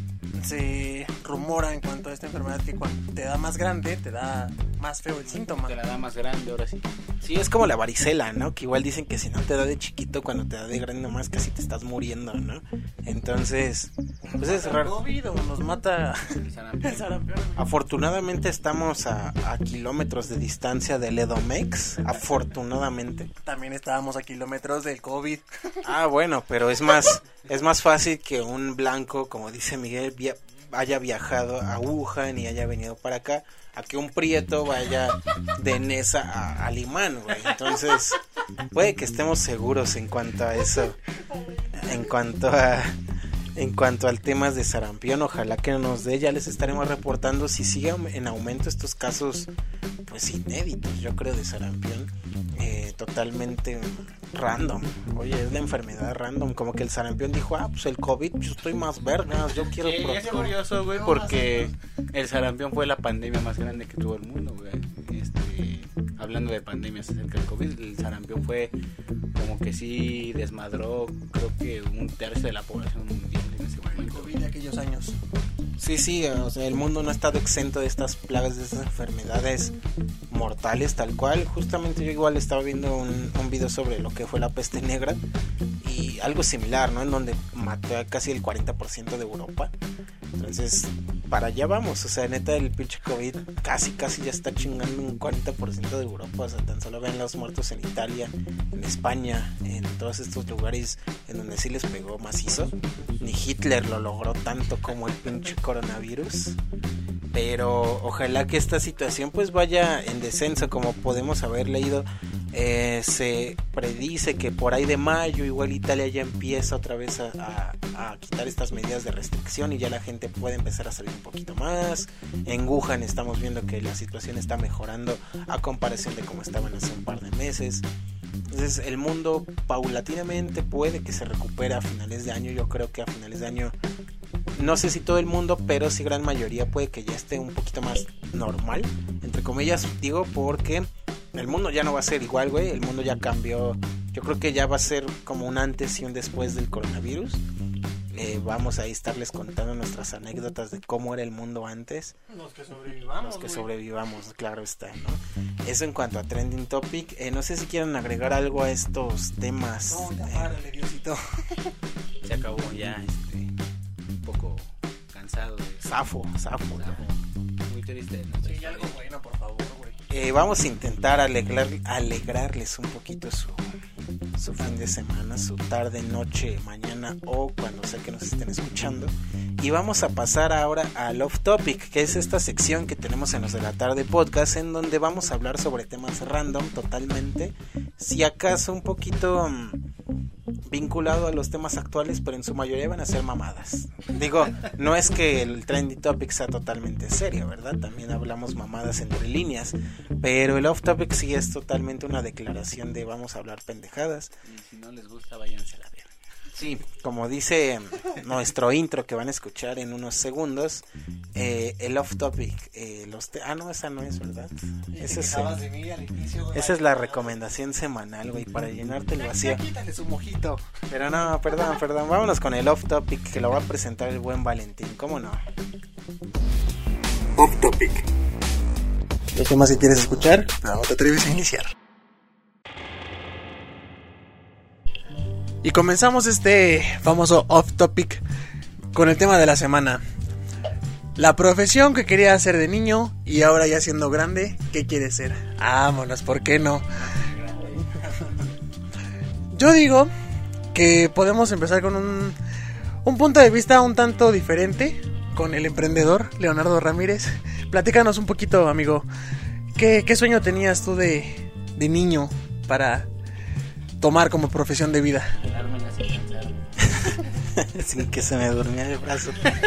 se rumora en cuanto a esta enfermedad que cuando te da más grande, te da más feo el síntoma. Te la da más grande, ahora sí. Sí, es como la varicela, ¿no? Que igual dicen que si no te da de chiquito, cuando te da de grande nomás casi te estás muriendo, ¿no? Entonces, pues es raro. COVID o nos mata El sarampión. el sarampión. Afortunadamente estamos a, a kilómetros de distancia del Edomex, afortunadamente. También estábamos a kilómetros del COVID. Ah, bueno, pero es más es más fácil que un blanco, como dice Miguel, via- haya viajado a Wuhan y haya venido para acá, a que un prieto vaya de Nesa a, a Limán, güey. Entonces, puede que estemos seguros en cuanto a eso, en cuanto a en cuanto al tema de sarampión. Ojalá que nos dé, ya les estaremos reportando si siguen en aumento estos casos, pues inéditos, yo creo, de sarampión, eh, totalmente random. Oye, es la enfermedad random, como que el sarampión dijo, ah, pues el COVID, yo estoy más vergas, yo quiero... Sí, pro- es curioso, güey, porque el sarampión fue la pandemia más grande que tuvo el mundo, güey. Este, hablando de pandemias acerca del COVID, el sarampión fue como que sí desmadró, creo que un tercio de la población mundial en ese El momento. COVID de aquellos años. Sí, sí, o sea, el mundo no ha estado exento de estas plagas, de estas enfermedades mortales, tal cual. Justamente yo igual estaba viendo un, un video sobre lo que fue la peste negra y algo similar, ¿no? En donde mató a casi el cuarenta por ciento de Europa. Entonces, para allá vamos, o sea, neta, el pinche COVID casi, casi ya está chingando un cuarenta por ciento de Europa. O sea, tan solo vean los muertos en Italia, en España, en todos estos lugares en donde sí les pegó macizo. Ni Hitler lo logró tanto como el pinche coronavirus. Pero ojalá que esta situación pues vaya en descenso, como podemos haber leído Eh, se predice que por ahí de mayo igual Italia ya empieza otra vez a, a, a quitar estas medidas de restricción y ya la gente puede empezar a salir un poquito más. En Wuhan estamos viendo que la situación está mejorando a comparación de cómo estaban hace un par de meses. Entonces el mundo paulatinamente puede que se recupere a finales de año. Yo creo que a finales de año, no sé si todo el mundo, pero sí gran mayoría puede que ya esté un poquito más normal, entre comillas, digo, porque el mundo ya no va a ser igual, güey. El mundo ya cambió. Yo creo que ya va a ser como un antes y un después del coronavirus. Eh, vamos a estarles contando nuestras anécdotas de cómo era el mundo antes. Los que sobrevivamos. Los que güey. sobrevivamos, claro está, ¿no? Eso en cuanto a Trending Topic. Eh, no sé si quieren agregar algo a estos temas. No, ya eh, párale, Diosito. Se acabó ya, este, un poco cansado. De... Zafo, zafo. Zafo. Muy triste. ¿no? Sí, algo bueno, por favor, güey. Eh, vamos a intentar alegrar, alegrarles un poquito su, su fin de semana, su tarde, noche, mañana o cuando sea que nos estén escuchando. Y vamos a pasar ahora al Off Topic, que es esta sección que tenemos en los de la tarde podcast, en donde vamos a hablar sobre temas random totalmente, si acaso un poquito um, vinculado a los temas actuales, pero en su mayoría van a ser mamadas. Digo, no es que el Trendy Topic sea totalmente serio, ¿verdad? También hablamos mamadas entre líneas, pero el Off Topic sí es totalmente una declaración de vamos a hablar pendejadas. Y si no les gusta, váyanse a la verga. Sí, como dice nuestro intro que van a escuchar en unos segundos, eh, el Off Topic, eh, los te- ah no, esa no es, ¿verdad? Esa es, el- de mí al inicio, güey. esa es la recomendación semanal, güey, para llenarte el vacío. Ya quítale su mojito. Pero no, perdón, perdón, vámonos con el Off Topic que lo va a presentar el buen Valentín, ¿cómo no? Off Topic. Los temas si quieres escuchar, no te atreves a iniciar. Y comenzamos este famoso Off Topic con el tema de la semana. La profesión que quería hacer de niño y ahora ya siendo grande, ¿qué quiere ser? Vámonos, ¿por qué no? Yo digo que podemos empezar con un, un punto de vista un tanto diferente con el emprendedor Leonardo Ramírez. Platícanos un poquito, amigo. ¿Qué, qué sueño tenías tú de, de niño para tomar como profesión de vida? Sí, que se me durmió el brazo.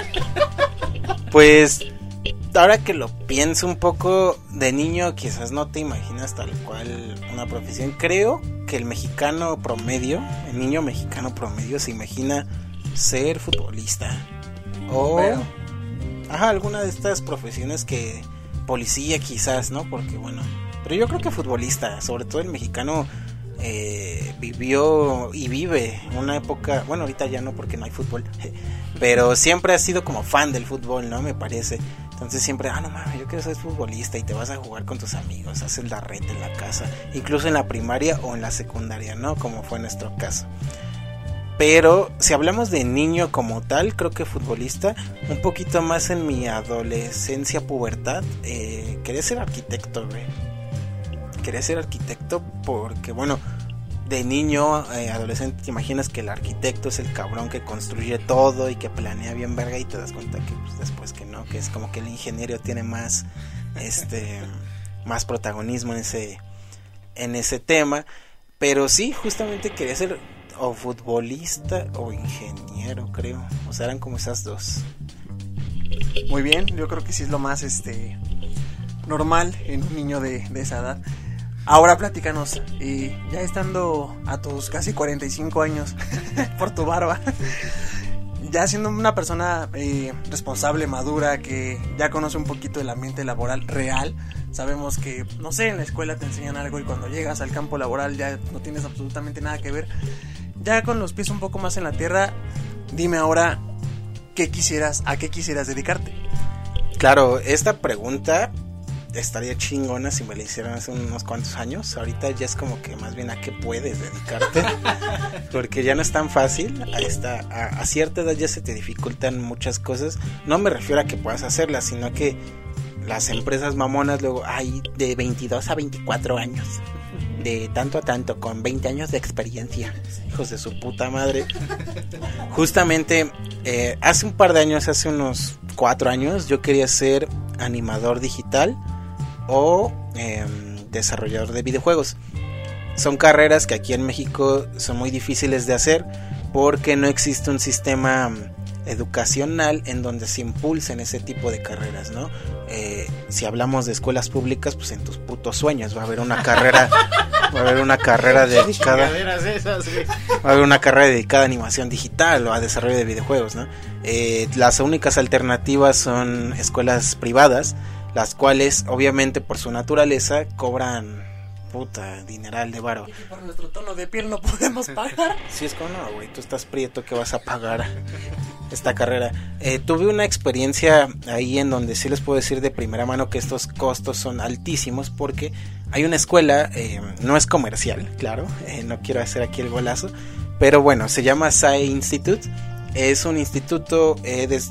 Pues ahora que lo pienso un poco, de niño quizás no te imaginas tal cual una profesión. Creo que el mexicano promedio, el niño mexicano promedio se imagina ser futbolista o Pero- ajá, alguna de estas profesiones que policía quizás, ¿no? Porque bueno, pero yo creo que futbolista, sobre todo el mexicano eh, vivió y vive una época, bueno, ahorita ya no porque no hay fútbol, pero siempre ha sido como fan del fútbol, ¿no? Me parece. Entonces siempre, ah, no mames, yo quiero ser futbolista, y te vas a jugar con tus amigos, haces la reta en la casa, incluso en la primaria o en la secundaria, ¿no? Como fue nuestro caso. Pero si hablamos de niño como tal, creo que futbolista, un poquito más en mi adolescencia, pubertad, eh, quería ser arquitecto, güey. Quería ser arquitecto porque, bueno, de niño, eh, adolescente, te imaginas que el arquitecto es el cabrón que construye todo y que planea bien verga, y te das cuenta que pues, después que no, que es como que el ingeniero tiene más, este, más protagonismo en ese, en ese tema. Pero sí, justamente quería ser o futbolista o ingeniero, creo. O sea, eran como esas dos. Muy bien, yo creo que sí es lo más este normal en un niño de, de esa edad. Ahora platícanos, y ya estando a tus casi cuarenta y cinco años por tu barba, ya siendo una persona eh, responsable, madura, que ya conoce un poquito el ambiente laboral real, sabemos que, no sé, en la escuela te enseñan algo y cuando llegas al campo laboral ya no tienes absolutamente nada que ver. Ya con los pies un poco más en la tierra, dime ahora, ¿qué quisieras, a qué quisieras dedicarte? Claro, esta pregunta estaría chingona si me la hicieran hace unos cuantos años. Ahorita ya es como que más bien a qué puedes dedicarte, porque ya no es tan fácil. A, esta, a, a cierta edad ya se te dificultan muchas cosas. No me refiero a que puedas hacerlas, sino que las empresas mamonas luego hay de veintidós a veinticuatro años, de tanto a tanto, con veinte años de experiencia. Hijos de su puta madre. Justamente eh, hace un par de años, hace unos cuatro años, yo quería ser animador digital o eh, desarrollador de videojuegos. son carreras que aquí en México son muy difíciles de hacer porque no existe un sistema educacional en donde se impulsen ese tipo de carreras, ¿no? Eh, si hablamos de escuelas públicas, pues en tus putos sueños va a haber una carrera, va a haber una carrera dedicada, va a haber una carrera dedicada a animación digital o a desarrollo de videojuegos, ¿no? Eh, las únicas alternativas son escuelas privadas, las cuales obviamente por su naturaleza cobran puta dineral de varo. Y por nuestro tono de piel no podemos pagar. Sí, es como no, güey, tú estás prieto, que vas a pagar esta carrera. Eh, tuve una experiencia ahí en donde sí les puedo decir de primera mano que estos costos son altísimos porque hay una escuela, eh, no es comercial, claro, eh, no quiero hacer aquí el golazo, pero bueno, se llama S A E Institute, es un instituto eh, des-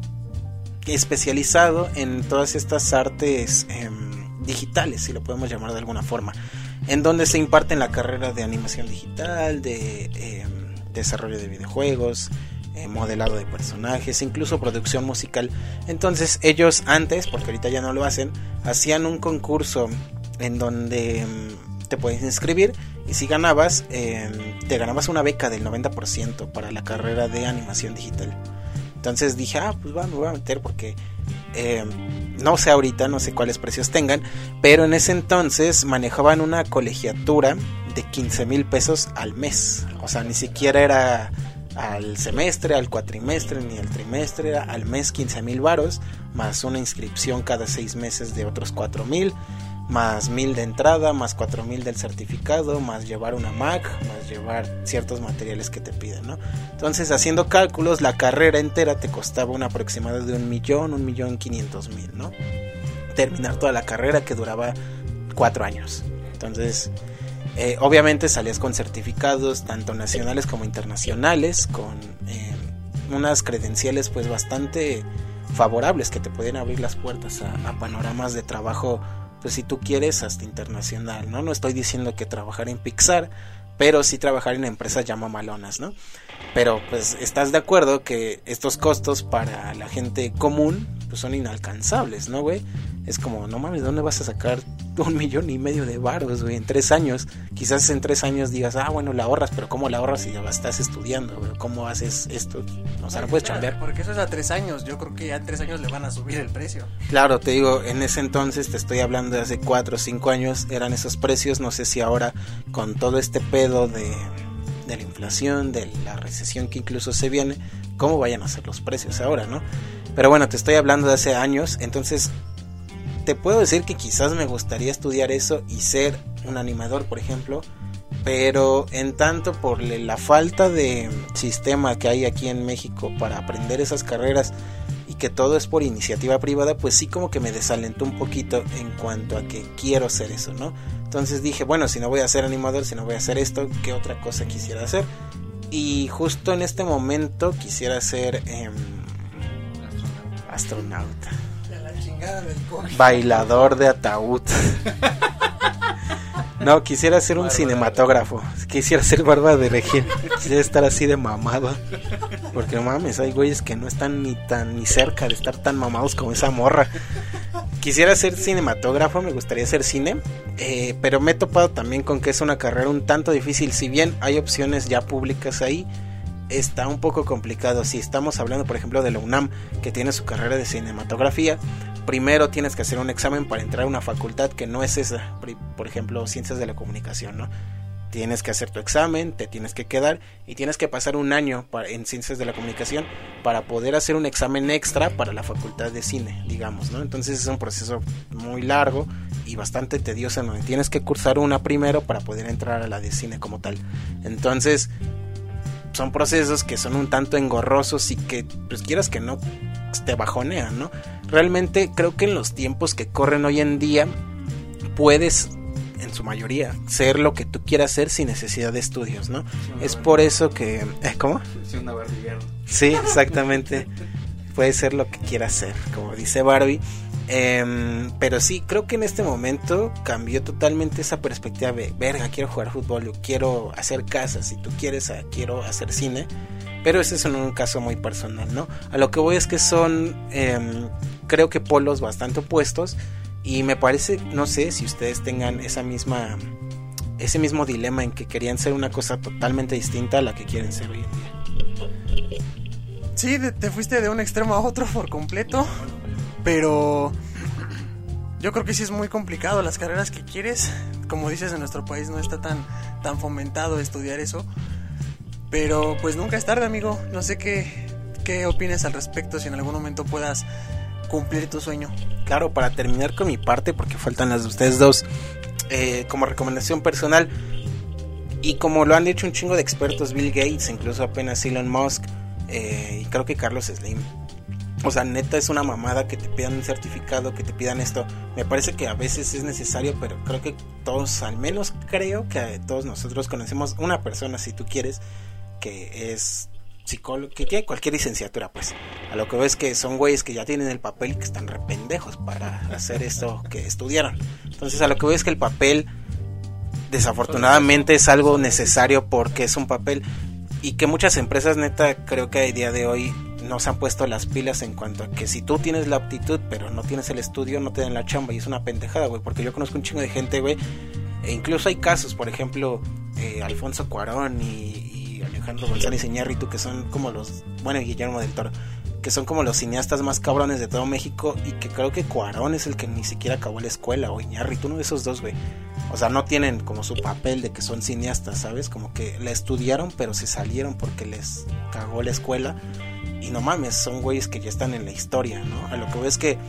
especializado en todas estas artes eh, digitales, si lo podemos llamar de alguna forma, en donde se imparten la carrera de animación digital, de eh, desarrollo de videojuegos, eh, modelado de personajes, incluso producción musical. Entonces ellos antes, porque ahorita ya no lo hacen, hacían un concurso en donde eh, te puedes inscribir y si ganabas, eh, te ganabas una beca del noventa por ciento para la carrera de animación digital. Entonces dije, ah, pues va, me voy a meter porque eh, no sé ahorita, no sé cuáles precios tengan, pero en ese entonces manejaban una colegiatura de quince mil pesos al mes. O sea, ni siquiera era al semestre, al cuatrimestre, ni al trimestre, era al mes quince mil varos, más una inscripción cada seis meses de otros cuatro mil, más mil de entrada, más cuatro mil del certificado, más llevar una Mac, más llevar ciertos materiales que te piden, ¿no? Entonces, haciendo cálculos, la carrera entera te costaba un aproximado de un millón, un millón quinientos mil, ¿no? Terminar toda la carrera que duraba cuatro años. Entonces, eh, obviamente salías con certificados tanto nacionales como internacionales, con eh, unas credenciales pues bastante favorables que te pueden abrir las puertas a, a panoramas de trabajo, pues si tú quieres hasta internacional, ¿no? No estoy diciendo que trabajar en Pixar, pero sí trabajar en empresas ya mamalonas, ¿no? Pero pues estás de acuerdo que estos costos para la gente común pues son inalcanzables, ¿no, güey? Es como, no mames, ¿de dónde vas a sacar un millón y medio de varos, güey, en tres años? Quizás en tres años digas, ah, bueno, la ahorras, pero ¿cómo la ahorras si ya estás estudiando, güey? ¿Cómo haces esto? O sea, no puedes chambear. Porque eso es a tres años, yo creo que ya en tres años le van a subir el precio. Claro, te digo, en ese entonces, te estoy hablando de hace cuatro o cinco años, eran esos precios, no sé si ahora con todo este pedo de, de la inflación, de la recesión que incluso se viene, cómo vayan a ser los precios ahora, ¿no? Pero bueno, te estoy hablando de hace años, entonces te puedo decir que quizás me gustaría estudiar eso y ser un animador, por ejemplo, pero en tanto por la falta de sistema que hay aquí en México para aprender esas carreras y que todo es por iniciativa privada, pues sí como que me desalentó un poquito en cuanto a que quiero hacer eso, ¿no? Entonces dije, bueno, si no voy a ser animador, si no voy a hacer esto, ¿qué otra cosa quisiera hacer? Y justo en este momento quisiera ser eh, astronauta. Bailador de ataúd. No, quisiera ser un cinematógrafo. Quisiera ser Barba de Regil. Quisiera estar así de mamado. Porque no mames, hay güeyes que no están ni tan ni cerca de estar tan mamados como esa morra. Quisiera ser cinematógrafo, me gustaría hacer cine, eh, pero me he topado también con que es una carrera un tanto difícil. Si bien hay opciones ya públicas ahí, está un poco complicado. Si estamos hablando, por ejemplo, de la UNAM, que tiene su carrera de cinematografía, primero tienes que hacer un examen para entrar a una facultad que no es esa, por ejemplo, ciencias de la comunicación, ¿no? Tienes que hacer tu examen, te tienes que quedar y tienes que pasar un año para, en ciencias de la comunicación para poder hacer un examen extra para la facultad de cine, digamos, ¿no? Entonces es un proceso muy largo y bastante tedioso, en donde tienes que cursar una primero para poder entrar a la de cine como tal. Entonces son procesos que son un tanto engorrosos y que, pues quieras que no, te bajonean, ¿no? Realmente creo que en los tiempos que corren hoy en día puedes, en su mayoría, ser lo que tú quieras ser sin necesidad de estudios, ¿no? Sí, es por eso que... ¿eh, ¿Cómo? Sí, una Barbie. Sí, exactamente. Puede ser lo que quieras ser, como dice Barbie. Eh, pero sí, creo que en este momento cambió totalmente esa perspectiva de, verga, quiero jugar fútbol, quiero hacer casas, si tú quieres, quiero hacer cine. Pero ese es un caso muy personal, ¿no? A lo que voy es que son, eh, creo que polos bastante opuestos. Y me parece, no sé si ustedes tengan esa misma ese mismo dilema en que querían ser una cosa totalmente distinta a la que quieren ser hoy en día. Sí, te fuiste de un extremo a otro por completo, pero yo creo que sí es muy complicado las carreras que quieres. Como dices, en nuestro país no está tan, tan fomentado estudiar eso, pero pues nunca es tarde, amigo. No sé qué, qué opinas al respecto, si en algún momento puedas cumplir tu sueño. Claro, para terminar con mi parte, porque faltan las de ustedes dos, eh, como recomendación personal, y como lo han dicho un chingo de expertos, Bill Gates, incluso apenas Elon Musk, eh, y creo que Carlos Slim, o sea, neta es una mamada que te pidan un certificado, que te pidan esto. Me parece que a veces es necesario, pero creo que todos, al menos creo que todos nosotros conocemos una persona, si tú quieres, que es psicólogo, que tiene cualquier licenciatura, pues. A lo que ves que son güeyes que ya tienen el papel y que están re pendejos para hacer esto que estudiaron. Entonces, a lo que ves que el papel, desafortunadamente, es algo necesario porque es un papel, y que muchas empresas, neta, creo que a día de hoy no se han puesto las pilas en cuanto a que si tú tienes la aptitud pero no tienes el estudio, no te dan la chamba, y es una pendejada, güey, porque yo conozco un chingo de gente, güey, e incluso hay casos, por ejemplo, eh, Alfonso Cuarón y, y Alejandro González Iñárritu, que son como los, bueno, y Guillermo del Toro, que son como los cineastas más cabrones de todo México, y que creo que Cuarón es el que ni siquiera acabó la escuela, o Iñárritu, uno de esos dos, güey. O sea, no tienen como su papel de que son cineastas, ¿sabes? Como que la estudiaron, pero se salieron porque les cagó la escuela. Y no mames, son güeyes que ya están en la historia, ¿no? A lo que veo es que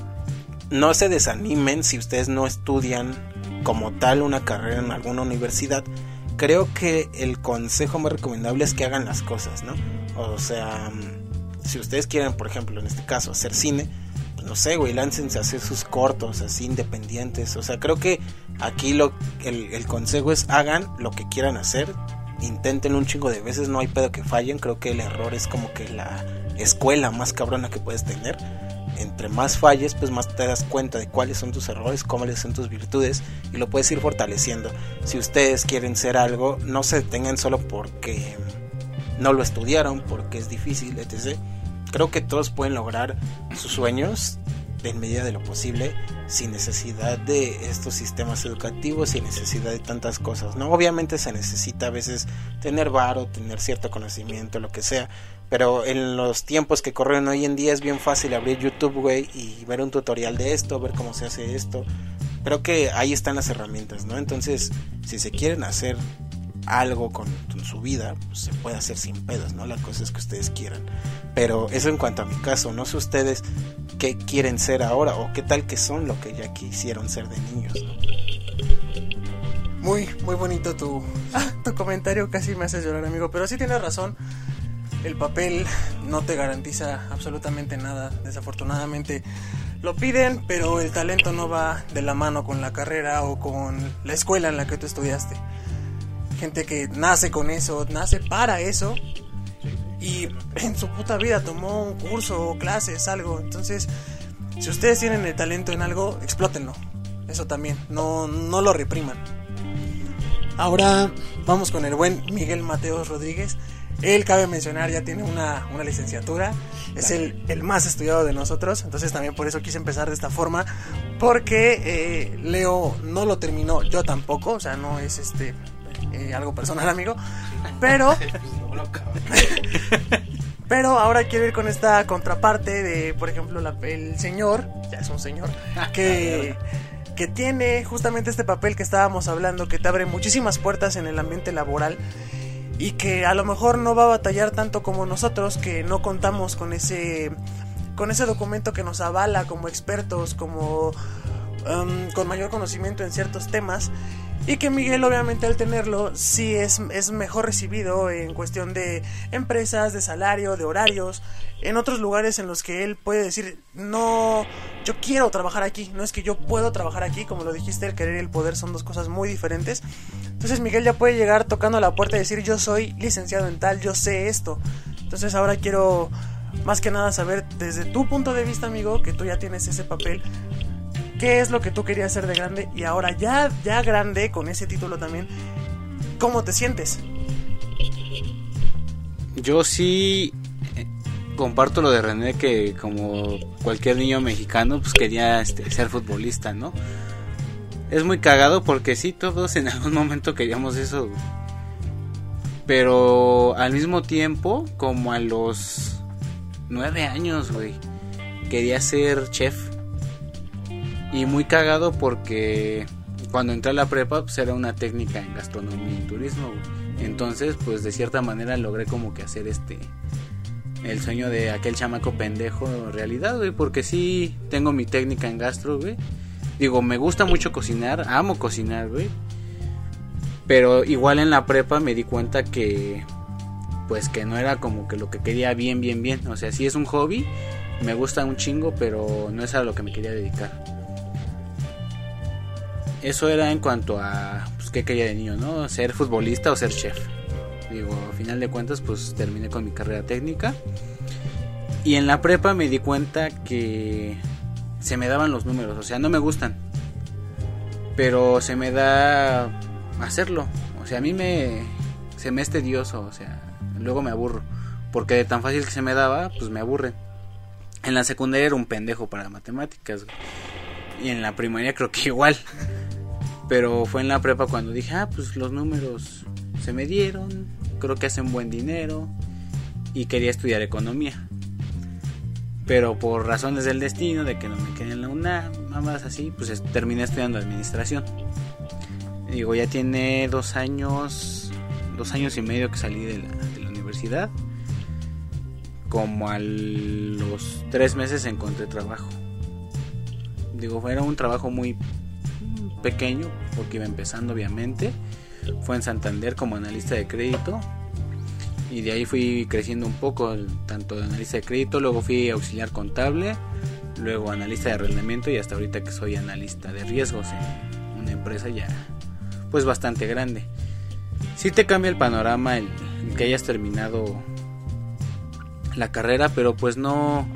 no se desanimen si ustedes no estudian como tal una carrera en alguna universidad. Creo que el consejo más recomendable es que hagan las cosas, ¿no? O sea, si ustedes quieren, por ejemplo, en este caso, hacer cine, pues no sé, güey, láncense a hacer sus cortos así independientes. O sea, creo que aquí lo el, el consejo es hagan lo que quieran hacer. Inténtenlo un chingo de veces, no hay pedo que fallen. Creo que el error es como que la escuela más cabrona que puedes tener. Entre más falles, pues más te das cuenta de cuáles son tus errores, cuáles son tus virtudes, y lo puedes ir fortaleciendo. Si ustedes quieren ser algo, no se detengan solo porque no lo estudiaron, porque es difícil, etcétera. Creo que todos pueden lograr sus sueños en medida de lo posible, sin necesidad de estos sistemas educativos, sin necesidad de tantas cosas, ¿no? Obviamente se necesita a veces tener varo, tener cierto conocimiento, lo que sea, pero en los tiempos que corren hoy en día es bien fácil abrir YouTube, güey, y ver un tutorial de esto, ver cómo se hace esto. Creo que ahí están las herramientas, ¿no? Entonces, si se quieren hacer algo con, con su vida, pues se puede hacer sin pedos, ¿no? La cosa es que ustedes quieran. Pero eso en cuanto a mi caso, no sé ustedes qué quieren ser ahora o qué tal que son lo que ya quisieron ser de niños, ¿no? Muy, muy bonito tu, ah, tu comentario, casi me haces llorar, amigo, pero sí tienes razón. El papel no te garantiza absolutamente nada, desafortunadamente. Lo piden, pero el talento no va de la mano con la carrera o con la escuela en la que tú estudiaste. Gente que nace con eso, nace para eso, y en su puta vida tomó un curso o clases, algo. Entonces, si ustedes tienen el talento en algo, explótenlo. Eso también, no, no lo repriman. Ahora vamos con el buen Miguel Mateos Rodríguez. Él, cabe mencionar, ya tiene una, una licenciatura. Es el, el más estudiado de nosotros. Entonces también por eso quise empezar de esta forma, porque eh, Leo no lo terminó, yo tampoco. O sea, no es este eh, algo personal, amigo. Pero Pero ahora quiero ir con esta contraparte de, por ejemplo, la, el señor, ya es un señor, que, que tiene justamente este papel que estábamos hablando, que te abre muchísimas puertas en el ambiente laboral, y que a lo mejor no va a batallar tanto como nosotros, que no contamos con ese, con ese documento que nos avala como expertos, como um, con mayor conocimiento en ciertos temas. Y que Miguel, obviamente, al tenerlo, sí es, es mejor recibido en cuestión de empresas, de salario, de horarios, en otros lugares en los que él puede decir, no, yo quiero trabajar aquí, no es que yo puedo trabajar aquí. Como lo dijiste, el querer y el poder son dos cosas muy diferentes. Entonces Miguel ya puede llegar tocando la puerta y decir, yo soy licenciado en tal, yo sé esto. Entonces ahora quiero más que nada saber, desde tu punto de vista, amigo, que tú ya tienes ese papel, ¿qué es lo que tú querías hacer de grande? Y ahora ya, ya grande, con ese título también, ¿cómo te sientes? Yo sí eh, comparto lo de René, que como cualquier niño mexicano, pues quería este, ser futbolista, ¿no? es muy cagado porque sí, todos en algún momento queríamos eso, güey. Pero al mismo tiempo, como a los nueve años, güey, quería ser chef. Y muy cagado porque cuando entré a la prepa, pues era una técnica en gastronomía y turismo, güey. Entonces, pues de cierta manera logré como que hacer este... el sueño de aquel chamaco pendejo realidad, güey, porque sí tengo mi técnica en gastro, güey. Digo, me gusta mucho cocinar, amo cocinar, güey. Pero igual en la prepa me di cuenta que pues que no era como que lo que quería bien, bien, bien. O sea, sí es un hobby, me gusta un chingo, pero no es a lo que me quería dedicar. Eso era en cuanto a pues qué quería de niño, ¿no? Ser futbolista o ser chef. Digo, a final de cuentas pues terminé con mi carrera técnica. Y en la prepa me di cuenta que se me daban los números, o sea, no me gustan, pero se me da hacerlo. O sea, a mí me se me es tedioso, o sea, luego me aburro, porque de tan fácil que se me daba, pues me aburre. En la secundaria era un pendejo para matemáticas, güey. Y en la primaria creo que igual. Pero fue en la prepa cuando dije, ah, pues los números se me dieron, creo que hacen buen dinero, y quería estudiar economía. Pero por razones del destino, de que no me quedé en la UNAM, mamás así, pues terminé estudiando administración. Digo, ya tiene dos años, dos años y medio que salí de la, de la universidad. Como a los tres meses encontré trabajo. Digo, era un trabajo muy pequeño, porque iba empezando obviamente. Fue en Santander como analista de crédito. Y de ahí fui creciendo un poco, tanto de analista de crédito, luego fui auxiliar contable, luego analista de arrendamiento y hasta ahorita que soy analista de riesgos en una empresa ya pues bastante grande. Sí te cambia el panorama el, el que hayas terminado la carrera, pero pues no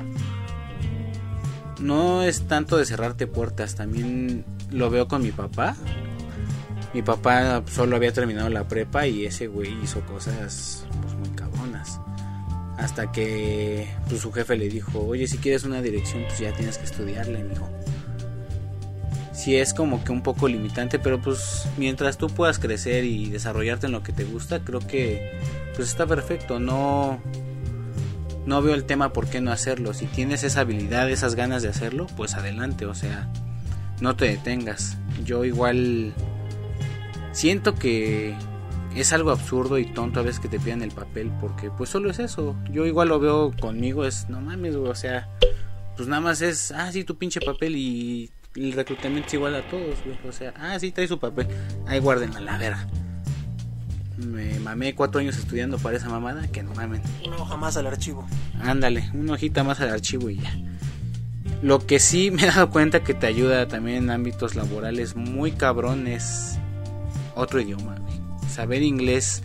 no es tanto de cerrarte puertas. También lo veo con mi papá. Mi papá solo había terminado la prepa y ese güey hizo cosas pues muy cabronas. Hasta que pues, su jefe le dijo, oye, si quieres una dirección pues ya tienes que estudiarla, mijo. Sí es como que un poco limitante, pero pues mientras tú puedas crecer y desarrollarte en lo que te gusta, creo que pues está perfecto. No, no veo el tema por qué no hacerlo. Si tienes esa habilidad, esas ganas de hacerlo, pues adelante, o sea, no te detengas. Yo igual siento que es algo absurdo y tonto a veces que te pidan el papel, porque pues solo es eso. Yo igual lo veo conmigo, es no mames, güey, o sea, pues nada más es, ah, sí, tu pinche papel, y el reclutamiento es igual a todos, güey, o sea, ah, sí, trae su papel, ahí guarden a la verga. Me mamé cuatro años estudiando para esa mamada, que no mamen. Una hoja más al archivo. Ándale, una hojita más al archivo y ya. Lo que sí me he dado cuenta que te ayuda también en ámbitos laborales muy cabrones, otro idioma, güey. Saber inglés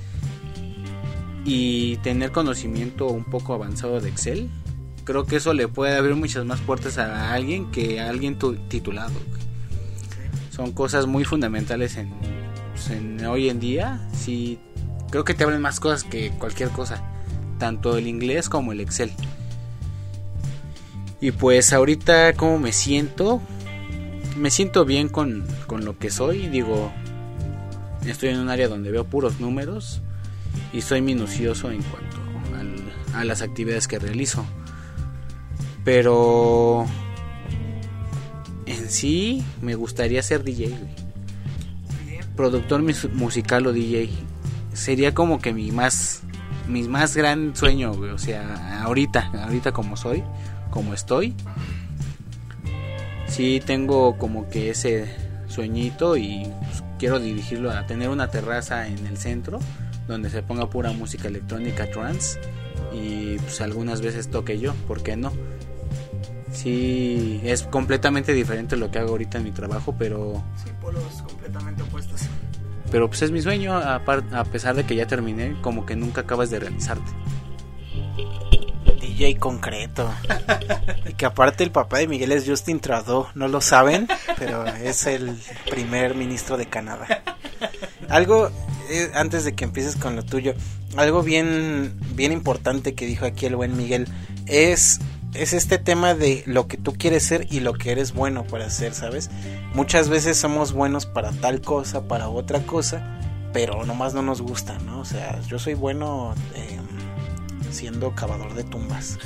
y tener conocimiento un poco avanzado de Excel. Creo que eso le puede abrir muchas más puertas a alguien que a alguien tu- titulado, güey. Son cosas muy fundamentales en, pues, en hoy en día. Sí, creo que te abren más cosas que cualquier cosa, tanto el inglés como el Excel. Y pues ahorita, ¿cómo me siento? Me siento bien con, con lo que soy. Digo, estoy en un área donde veo puros números y soy minucioso en cuanto al, a las actividades que realizo. Pero en sí me gustaría ser D J, güey. Productor mus- musical o D J. Sería como que mi más mi más gran sueño, güey. O sea, ahorita, ahorita como soy, como estoy, sí tengo como que ese sueñito y pues, quiero dirigirlo a tener una terraza en el centro donde se ponga pura música electrónica trance y pues algunas veces toque yo, ¿por qué no? Sí, es completamente diferente lo que hago ahorita en mi trabajo, pero Sí, polos completamente opuestos. pero pues es mi sueño, a, par- a pesar de que ya terminé, como que nunca acabas de realizarte. D J concreto. Y que aparte el papá de Miguel es Justin Trudeau, no lo saben, pero es el primer ministro de Canadá. Algo, eh, antes de que empieces con lo tuyo, algo bien, bien importante que dijo aquí el buen Miguel, es es este tema de lo que tú quieres ser y lo que eres bueno para hacer, ¿sabes? Muchas veces somos buenos para tal cosa, para otra cosa, pero nomás no nos gusta, ¿no? O sea, yo soy bueno eh, siendo cavador de tumbas.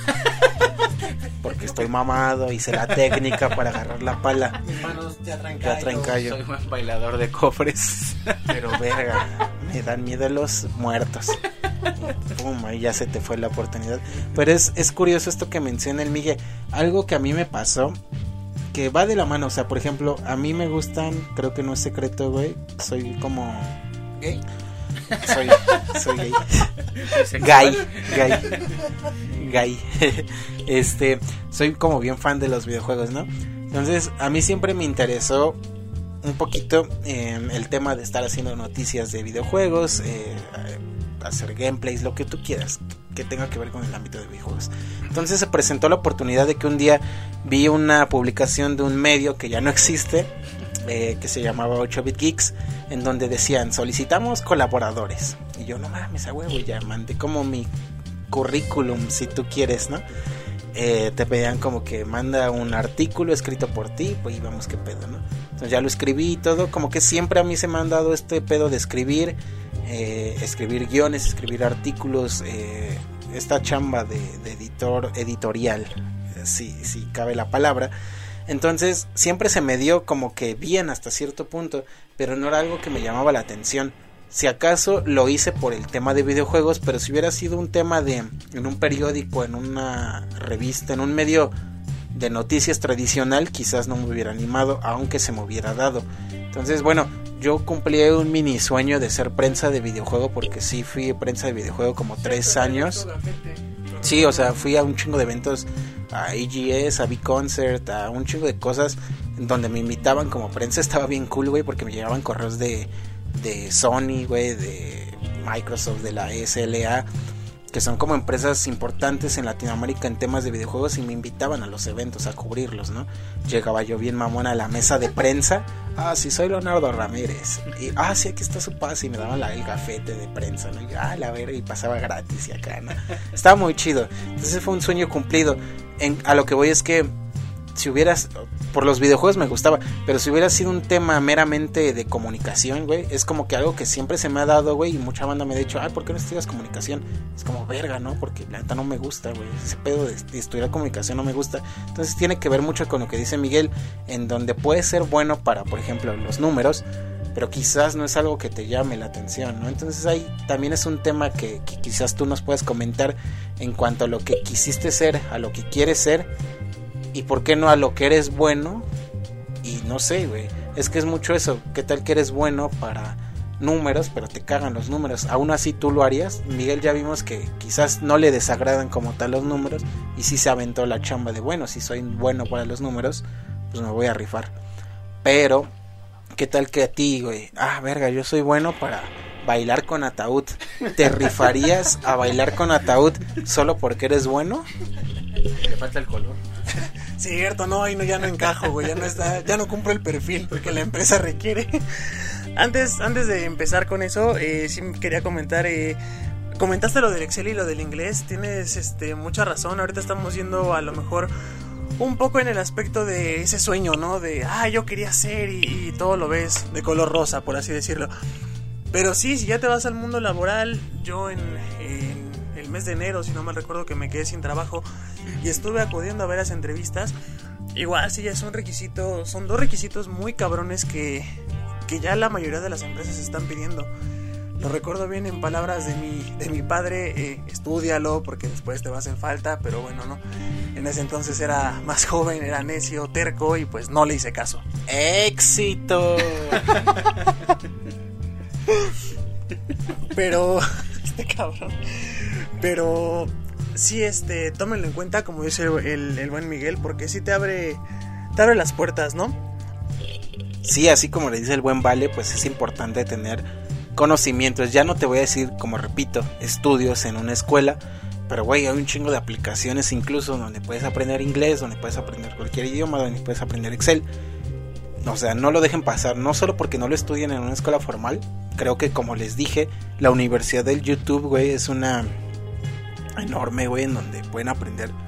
Porque estoy mamado, hice la técnica para agarrar la pala. Mis manos ya traen Ya traen callo. Soy buen bailador de cofres. Pero verga, me dan miedo los muertos. Y pum, ahí ya se te fue la oportunidad. Pero es, es curioso esto que menciona el Miguel. Algo que a mí me pasó, que va de la mano. O sea, por ejemplo, a mí me gustan, creo que no es secreto, güey. Soy como... ¿Gay? Soy, soy gay. Gay, gay. Gay. Este, soy como bien fan de los videojuegos, ¿no? Entonces, a mí siempre me interesó un poquito eh, el tema de estar haciendo noticias de videojuegos, eh, hacer gameplays, lo que tú quieras que tenga que ver con el ámbito de videojuegos. Entonces se presentó la oportunidad de que un día vi una publicación de un medio que ya no existe, eh, que se llamaba ocho bit Geeks, en donde decían solicitamos colaboradores. Y yo, no mames, a huevo, ya mandé como mi currículum, si tú quieres, ¿no? Eh, te pedían como que manda un artículo escrito por ti, pues y vamos qué pedo, ¿no? Entonces ya lo escribí y todo, como que siempre a mí se me han dado este pedo de escribir, eh, escribir guiones, escribir artículos, eh, esta chamba de, de editor, editorial, eh, si, si cabe la palabra. Entonces siempre se me dio como que bien hasta cierto punto, pero no era algo que me llamaba la atención. Si acaso lo hice por el tema de videojuegos, pero si hubiera sido un tema de en un periódico, en una revista, en un medio de noticias tradicional, quizás no me hubiera animado, aunque se me hubiera dado. Entonces, bueno, yo cumplí un mini sueño de ser prensa de videojuego, porque sí fui prensa de videojuego como tres años. Sí, o sea, fui a un chingo de eventos, a E G S, a V-Concert, a un chingo de cosas donde me invitaban como prensa. Estaba bien cool, güey, porque me llegaban correos de de Sony, güey, de Microsoft, de la E S L A, que son como empresas importantes en Latinoamérica en temas de videojuegos, y me invitaban a los eventos a cubrirlos, ¿no? Llegaba yo bien mamón a la mesa de prensa, ah, sí, soy Leonardo Ramírez, y ah, sí, aquí está su pase, y me daban la, el gafete de prensa, ¿no? Y ah, la verga, y pasaba gratis y acá, ¿no? Estaba muy chido. Entonces fue un sueño cumplido. En, a lo que voy es que si hubieras, por los videojuegos me gustaba, pero si hubiera sido un tema meramente de comunicación, güey, es como que algo que siempre se me ha dado, güey, y mucha banda me ha dicho, ay, ¿por qué no estudias comunicación? Es como, verga, ¿no? Porque la neta no me gusta, güey, ese pedo de, de estudiar comunicación no me gusta. Entonces tiene que ver mucho con lo que dice Miguel, en donde puede ser bueno para, por ejemplo, los números, pero quizás no es algo que te llame la atención, ¿no? Entonces ahí también es un tema que, que quizás tú nos puedas comentar en cuanto a lo que quisiste ser, a lo que quieres ser, y por qué no a lo que eres bueno. Y no sé, güey, es que es mucho eso. ¿Qué tal que eres bueno para números, pero te cagan los números? Aún así tú lo harías. Miguel ya vimos que quizás no le desagradan como tal los números, y sí se aventó la chamba de, bueno, si soy bueno para los números, pues me voy a rifar. Pero ¿qué tal que a ti, güey? Ah, verga, yo soy bueno para bailar con ataúd. ¿Te rifarías a bailar con ataúd solo porque eres bueno? Le falta el color. Cierto, no, ahí no, ya no encajo, güey, ya no está, ya no cumplo el perfil que la empresa requiere. Antes, antes de empezar con eso, eh, sí quería comentar, eh, comentaste lo del Excel y lo del inglés, tienes este mucha razón. Ahorita estamos yendo a lo mejor un poco en el aspecto de ese sueño, ¿no? De, ah, yo quería ser, y, y todo lo ves de color rosa, por así decirlo. Pero sí, si ya te vas al mundo laboral, yo en, en el mes de enero, si no mal recuerdo, que me quedé sin trabajo y estuve acudiendo a ver las entrevistas, igual sí ya son requisitos, son dos requisitos muy cabrones que, que ya la mayoría de las empresas están pidiendo. Lo recuerdo bien en palabras de mi, de mi padre, eh, estúdialo porque después te va a hacer falta, pero bueno, no. En ese entonces era más joven, era necio, terco, y pues no le hice caso. ¡Éxito! Pero este cabrón. Pero sí, este, tómenlo en cuenta, como dice el, el buen Miguel, porque sí te abre, te abre las puertas, ¿no? Sí, así como le dice el buen Vale, pues es importante tener conocimientos. Ya no te voy a decir, como repito, estudios en una escuela, pero güey, hay un chingo de aplicaciones incluso donde puedes aprender inglés, donde puedes aprender cualquier idioma, donde puedes aprender Excel. O sea, no lo dejen pasar, no solo porque no lo estudien en una escuela formal. Creo que, como les dije, la Universidad del YouTube, güey, es una enorme, güey, en donde pueden aprender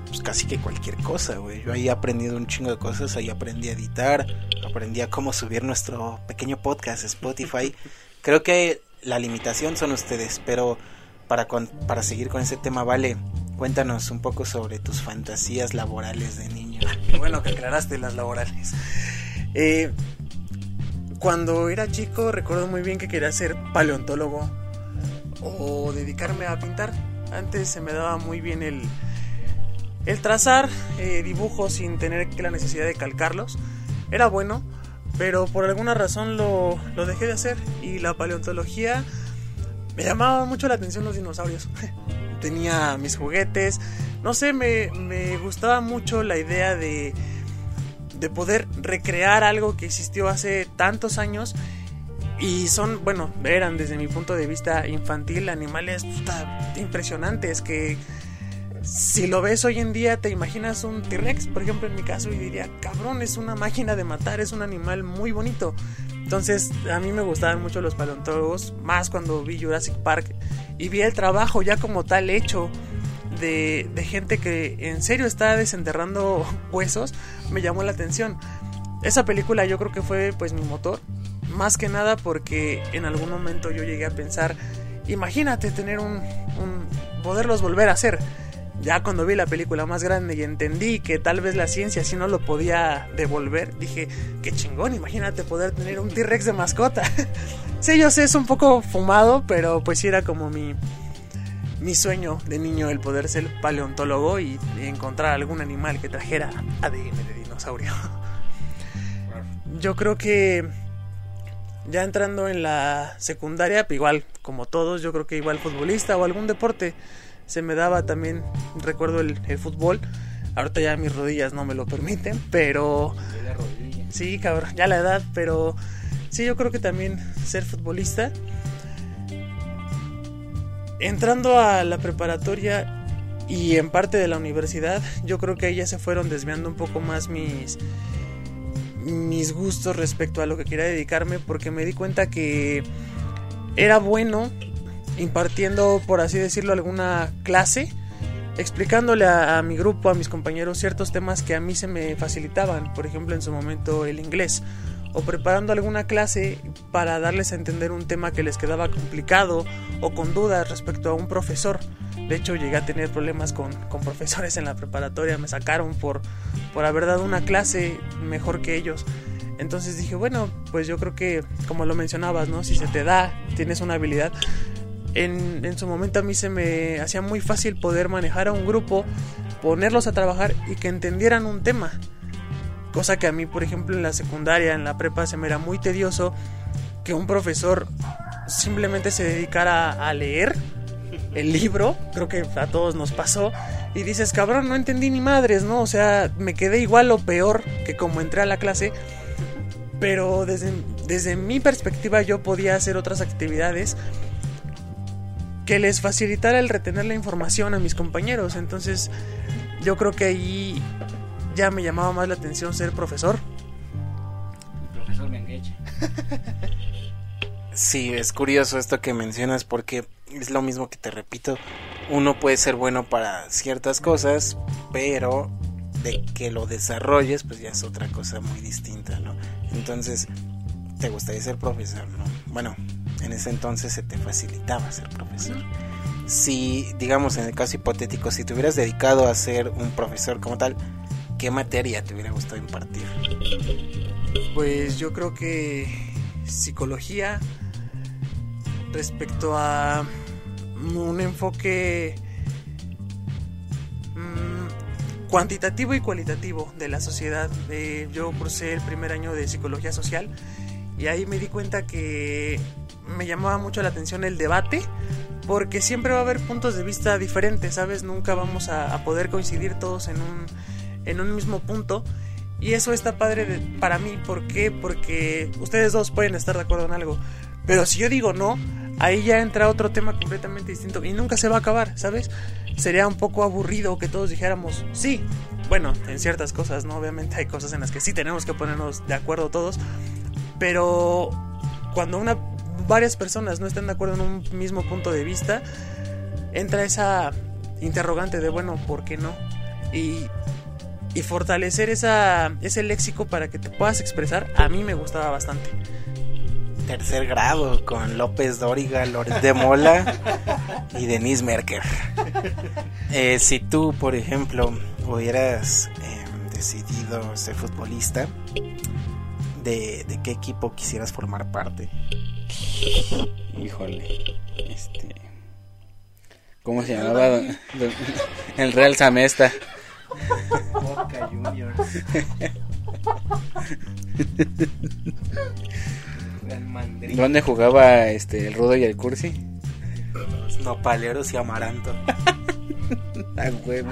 pues casi que cualquier cosa, güey. Yo ahí he aprendido un chingo de cosas, ahí aprendí a editar, aprendí a cómo subir nuestro pequeño podcast a Spotify. Creo que la limitación son ustedes, pero para, con, para seguir con ese tema, Vale, cuéntanos un poco sobre tus fantasías laborales de niño. Qué bueno que aclaraste las laborales. Eh, cuando era chico recuerdo muy bien que quería ser paleontólogo o dedicarme a pintar. Antes se me daba muy bien el, el trazar eh, dibujos sin tener la necesidad de calcarlos. Era bueno, pero por alguna razón lo, lo dejé de hacer. Y la paleontología me llamaba mucho la atención los dinosaurios. Tenía mis juguetes, no sé, me, me gustaba mucho la idea de, de poder recrear algo que existió hace tantos años. Y son, bueno, eran desde mi punto de vista infantil animales puta, impresionantes que si lo ves hoy en día te imaginas un T-Rex, por ejemplo en mi caso, y diría, cabrón, es una máquina de matar, es un animal muy bonito. Entonces a mí me gustaban mucho los paleontólogos, más cuando vi Jurassic Park y vi el trabajo ya como tal hecho de, de gente que en serio está desenterrando huesos, me llamó la atención. Esa película yo creo que fue pues mi motor, más que nada porque en algún momento yo llegué a pensar, imagínate tener un, un poderlos volver a hacer. Ya cuando vi la película más grande y entendí que tal vez la ciencia sí no lo podía devolver, dije, qué chingón, imagínate poder tener un T-Rex de mascota. Sí, yo sé, es un poco fumado, pero pues sí era como mi, mi sueño de niño, el poder ser paleontólogo y encontrar algún animal que trajera A D N de dinosaurio. Yo creo que ya entrando en la secundaria, igual como todos, yo creo que igual futbolista o algún deporte. Se me daba también, recuerdo el, el fútbol. Ahorita ya mis rodillas no me lo permiten, pero... Sí, cabrón, ya la edad, pero... Sí, yo creo que también ser futbolista. Entrando a la preparatoria y en parte de la universidad, yo creo que ahí ya se fueron desviando un poco más mis... mis gustos respecto a lo que quería dedicarme, porque me di cuenta que era bueno impartiendo, por así decirlo, alguna clase, explicándole a, a mi grupo, a mis compañeros, ciertos temas que a mí se me facilitaban, por ejemplo en su momento el inglés, o preparando alguna clase para darles a entender un tema que les quedaba complicado o con dudas respecto a un profesor. De hecho llegué a tener problemas con, con profesores en la preparatoria, me sacaron por, por haber dado una clase mejor que ellos. Entonces dije, bueno, pues yo creo que, como lo mencionabas, ¿no? Si se te da, tienes una habilidad. En, en su momento a mí se me hacía muy fácil poder manejar a un grupo, ponerlos a trabajar y que entendieran un tema. Cosa que a mí, por ejemplo, en la secundaria, en la prepa, se me era muy tedioso que un profesor simplemente se dedicara a, a leer el libro. Creo que a todos nos pasó. Y dices, cabrón, no entendí ni madres, ¿no? O sea, me quedé igual o peor que como entré a la clase. Pero desde, desde mi perspectiva yo podía hacer otras actividades que les facilitara el retener la información a mis compañeros. Entonces yo creo que ahí ya me llamaba más la atención ser profesor. Profesor Mengeche. Sí, es curioso esto que mencionas porque es lo mismo que te repito. Uno puede ser bueno para ciertas cosas, pero de que lo desarrolles pues ya es otra cosa muy distinta, ¿no? Entonces, te gustaría ser profesor, ¿no? Bueno, en ese entonces se te facilitaba ser profesor. Si, digamos, en el caso hipotético, si te hubieras dedicado a ser un profesor como tal, ¿qué materia te hubiera gustado impartir? Pues yo creo que psicología, respecto a un enfoque mmm, cuantitativo y cualitativo de la sociedad. Eh, yo cursé el primer año de psicología social y ahí me di cuenta que me llamaba mucho la atención el debate, porque siempre va a haber puntos de vista diferentes, ¿sabes? Nunca vamos a, a poder coincidir todos en un, en un mismo punto. Y eso está padre de, para mí. ¿Por qué? Porque ustedes dos pueden estar de acuerdo en algo, pero si yo digo no, ahí ya entra otro tema completamente distinto y nunca se va a acabar, ¿sabes? Sería un poco aburrido que todos dijéramos sí. Bueno, en ciertas cosas, ¿no? Obviamente hay cosas en las que sí tenemos que ponernos de acuerdo todos, pero cuando una varias personas no están de acuerdo en un mismo punto de vista, entra esa interrogante de, bueno, ¿por qué no? y, y fortalecer esa, ese léxico para que te puedas expresar, a mí me gustaba bastante. Tercer grado con López Dóriga, Loret de Mola y Denise Merker. Eh, si tú, por ejemplo, hubieras eh, decidido ser futbolista, ¿de, ¿de qué equipo quisieras formar parte? Híjole, este, ¿cómo se llamaba? Don, don, el Real Samesta. Boca Juniors. ¿Dónde jugaba este el Rudo y el Cursi? Nopaleros y Amaranto. Ah, huevo.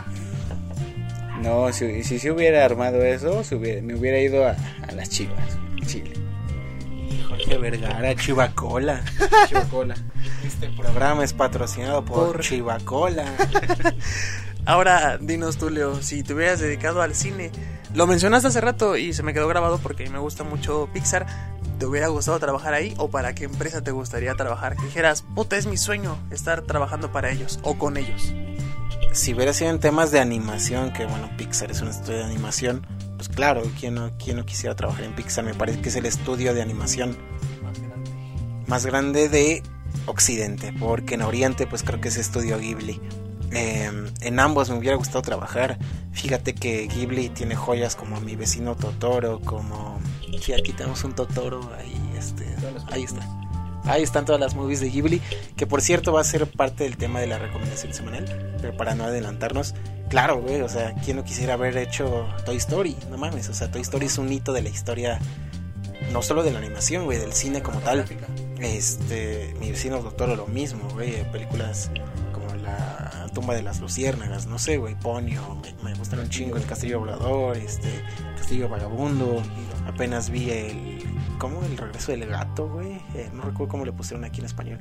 No, si, si se hubiera armado eso, se hubiera, me hubiera ido a, a las Chivas, Chile. Jorge Vergara, Chivacola. Chivacola. Este programa es patrocinado por, por... Chivacola. Ahora, dinos tú, Leo, si te hubieras dedicado al cine, lo mencionaste hace rato y se me quedó grabado porque me gusta mucho Pixar. ¿Te hubiera gustado trabajar ahí o para qué empresa te gustaría trabajar? Que dijeras, puta, es mi sueño estar trabajando para ellos o con ellos. Si hubiera sido en temas de animación, que bueno, Pixar es un estudio de animación, pues claro, ¿quién no, quién no quisiera trabajar en Pixar? Me parece que es el estudio de animación más grande, más grande de Occidente, porque en Oriente pues creo que es Estudio Ghibli. Eh, en ambos me hubiera gustado trabajar. Fíjate que Ghibli tiene joyas como Mi Vecino Totoro, como... Sí, aquí tenemos un Totoro, ahí, este, ahí está. Ahí están todas las movies de Ghibli, que por cierto va a ser parte del tema de la recomendación semanal, pero para no adelantarnos, claro, güey, o sea, ¿quién no quisiera haber hecho Toy Story? No mames, o sea, Toy Story es un hito de la historia, no solo de la animación, güey, del cine como tal. Este, Mi Vecino Totoro lo mismo, güey, películas como La Tumba de las Luciérnagas, no sé, güey, Ponyo, me, me gustan un chingo, El Castillo Volador, este, Castillo Vagabundo, apenas vi el, ¿cómo? El Regreso del Gato, güey, eh, no recuerdo cómo le pusieron aquí en español,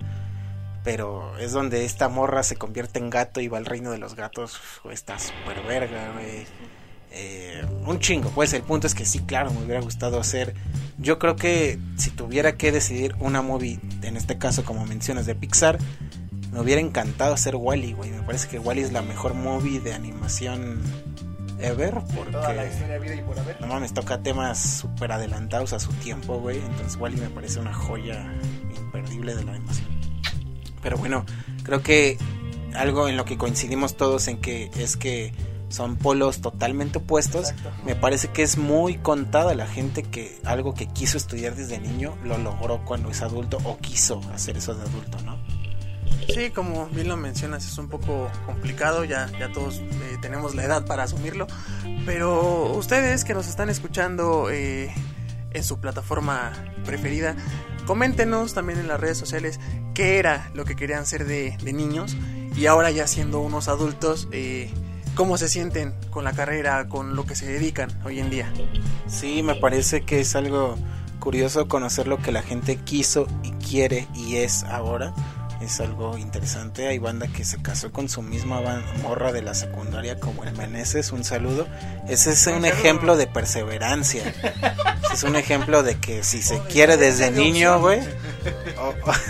pero es donde esta morra se convierte en gato y va al reino de los gatos, güey, está súper verga, güey. Eh, un chingo, pues el punto es que sí, claro, me hubiera gustado hacer. Yo creo que si tuviera que decidir una movie, en este caso como mencionas de Pixar, me hubiera encantado hacer Wall-E, güey. Me parece que Wall-E es la mejor movie de animación ever, porque toda la historia, vida y por haber. No mames, toca temas súper adelantados a su tiempo, güey. Entonces Wall-E me parece una joya imperdible de la animación. Pero bueno, creo que algo en lo que coincidimos todos en que es que son polos totalmente opuestos. Exacto. Me parece que es muy contada la gente que algo que quiso estudiar desde niño lo logró cuando es adulto o quiso hacer eso de adulto, ¿no? Sí, como bien lo mencionas, es un poco complicado, ya, ya todos eh, tenemos la edad para asumirlo, pero ustedes que nos están escuchando eh, en su plataforma preferida, coméntenos también en las redes sociales qué era lo que querían ser de, de niños y ahora ya siendo unos adultos, eh, cómo se sienten con la carrera, con lo que se dedican hoy en día. Sí, me parece que es algo curioso conocer lo que la gente quiso y quiere y es ahora. Es algo interesante. Hay banda que se casó con su misma morra de la secundaria, como el Meneses, un saludo. Ese es un ejemplo de perseverancia. Ese es un ejemplo de que si se quiere desde niño, güey. Oh,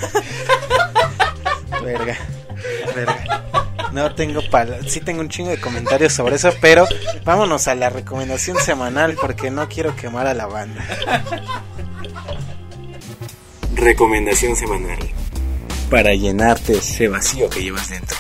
oh. Verga, verga. No tengo pala, sí tengo un chingo de comentarios sobre eso, pero vámonos a la recomendación semanal porque no quiero quemar a la banda. Recomendación semanal. Para llenarte ese vacío que llevas dentro.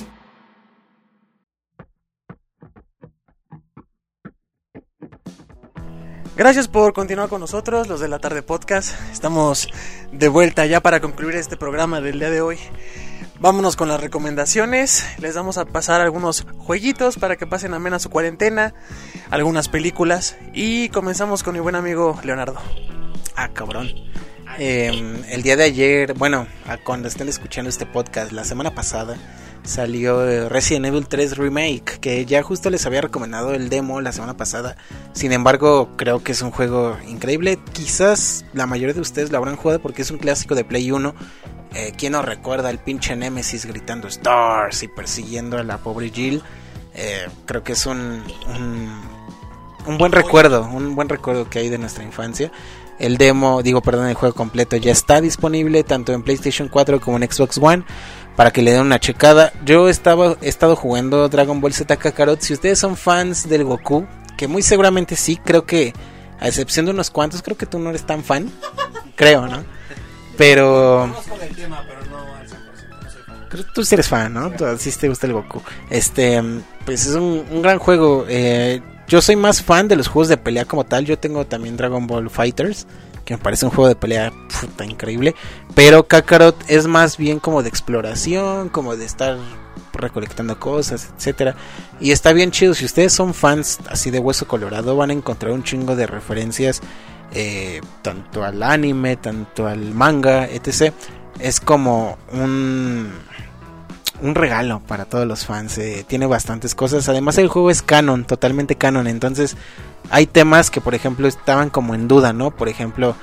Gracias por continuar con nosotros, los de la tarde podcast. Estamos de vuelta ya para concluir este programa del día de hoy. Vámonos con las recomendaciones. Les vamos a pasar algunos jueguitos para que pasen amena su cuarentena, algunas películas y comenzamos con mi buen amigo Leonardo. Ah, cabrón. Eh, el día de ayer, bueno, cuando estén escuchando este podcast, la semana pasada salió Resident Evil tres Remake, que ya justo les había recomendado el demo la semana pasada. Sin embargo, creo que es un juego increíble. Quizás la mayoría de ustedes lo habrán jugado porque es un clásico de Play uno. Eh, ¿Quién no recuerda el pinche Nemesis gritando Stars y persiguiendo a la pobre Jill? Eh, creo que es un, un, un buen recuerdo, un buen recuerdo que hay de nuestra infancia. El demo, digo, perdón, el juego completo ya está disponible tanto en PlayStation cuatro como en Xbox One para que le den una checada. Yo estaba, he estado jugando Dragon Ball Z Kakarot. Si ustedes son fans del Goku, que muy seguramente sí, creo que a excepción de unos cuantos, creo que tú no eres tan fan, creo, ¿no? Pero... Conozco del tema, pero no al cien por ciento, no soy fan. Creo que tú sí eres fan, ¿no? Tú, sí te gusta el Goku. Este, pues es un, un gran juego. Eh, yo soy más fan de los juegos de pelea como tal. Yo tengo también Dragon Ball Fighters, que me parece un juego de pelea puta increíble. Pero Kakarot es más bien como de exploración, como de estar recolectando cosas, etcétera. Y está bien chido. Si ustedes son fans así de Hueso Colorado, van a encontrar un chingo de referencias, eh, tanto al anime, tanto al manga, etcétera. Es como un un regalo para todos los fans. Eh, tiene bastantes cosas. Además el juego es canon, totalmente canon. Entonces hay temas que por ejemplo estaban como en duda, ¿no? Por ejemplo,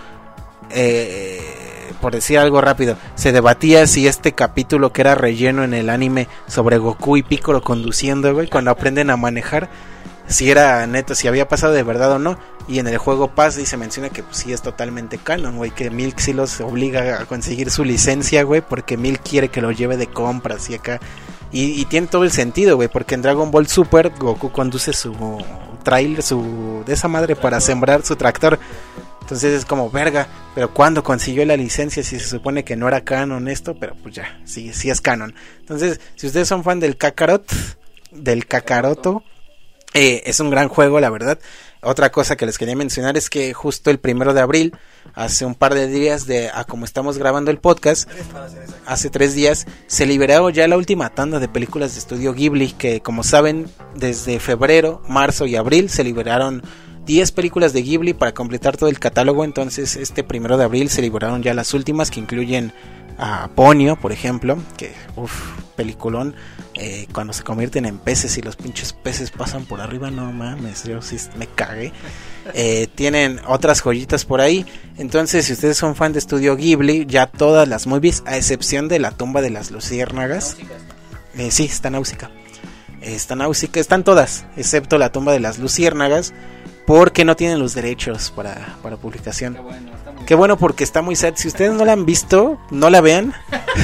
eh, por decir algo rápido, se debatía si este capítulo que era relleno en el anime sobre Goku y Piccolo conduciendo, güey, cuando aprenden a manejar, si era neto, si había pasado de verdad o no. Y en el juego pasa y se menciona que pues, sí es totalmente canon, güey, que Milk sí los obliga a conseguir su licencia, güey, porque Milk quiere que lo lleve de compras y acá. Y, y tiene todo el sentido, güey, porque en Dragon Ball Super Goku conduce su trailer, su de esa madre para sembrar su tractor. Entonces es como, verga, pero ¿cuándo consiguió la licencia? Si se supone que no era canon esto, pero pues ya, sí, sí es canon. Entonces, si ustedes son fan del Kakarot, del Kakaroto, eh, es un gran juego, la verdad. Otra cosa que les quería mencionar es que justo el primero de abril, hace un par de días de a como estamos grabando el podcast, hace tres días, se liberó ya la última tanda de películas de estudio Ghibli, que como saben, desde febrero, marzo y abril se liberaron diez películas de Ghibli para completar todo el catálogo. Entonces este primero de abril se liberaron ya las últimas, que incluyen a Ponyo, por ejemplo, que uff, peliculón, eh, cuando se convierten en peces y los pinches peces pasan por arriba, no mames, yo sí me cagué. Eh, tienen otras joyitas por ahí. Entonces si ustedes son fan de estudio Ghibli, ya todas las movies, a excepción de La tumba de las luciérnagas, eh, sí, está náusica, eh, está náusica, están todas, excepto La tumba de las luciérnagas, porque no tienen los derechos para, para publicación. Qué bueno, Qué bueno porque está muy sad. Si ustedes no la han visto, no la vean.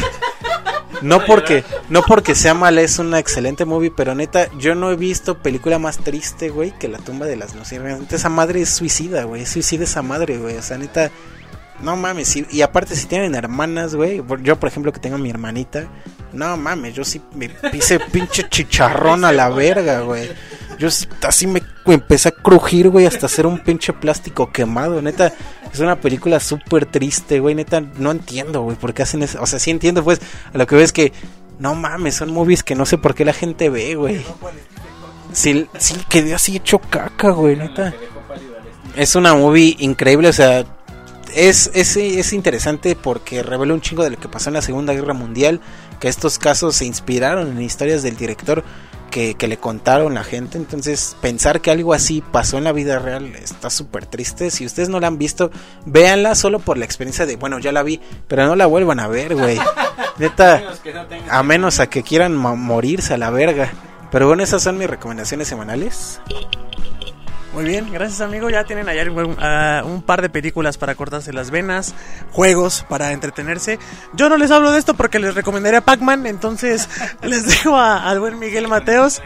No porque no porque sea mala, es una excelente movie, pero neta, yo no he visto película más triste, güey, que La tumba de las luciérnagas. Neta, esa madre es suicida, güey, es suicida esa madre, güey. O sea, neta, no mames. Y, y aparte si tienen hermanas, güey, yo por ejemplo que tengo a mi hermanita, no mames, yo sí me pise pinche chicharrón a la verga, güey. Yo así me empecé a crujir, güey, hasta hacer un pinche plástico quemado. Neta, es una película súper triste, güey. Neta, no entiendo, güey, por qué hacen eso. O sea, sí entiendo, pues, a lo que veo es que, no mames, son movies que no sé por qué la gente ve, güey. Sí, sí, quedé así hecho caca, güey, neta. Es una movie increíble, o sea, es, es, es interesante porque revela un chingo de lo que pasó en la Segunda Guerra Mundial, que estos casos se inspiraron en historias del director que, que le contaron la gente. Entonces pensar que algo así pasó en la vida real está súper triste. Si ustedes no la han visto, véanla solo por la experiencia de, bueno, ya la vi, pero no la vuelvan a ver, güey. Neta, a menos a que quieran mo- morirse a la verga. Pero bueno, esas son mis recomendaciones semanales. Muy bien, gracias amigo, ya tienen allá un, uh, un par de películas para cortarse las venas, juegos para entretenerse. Yo no les hablo de esto porque les recomendaría Pac-Man, entonces les dejo a, al buen Miguel Mateos.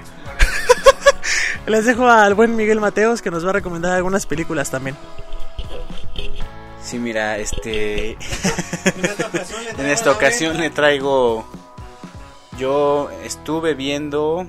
Les dejo al buen Miguel Mateos que nos va a recomendar algunas películas también. Sí, mira, este... en esta ocasión le traigo... Yo estuve viendo...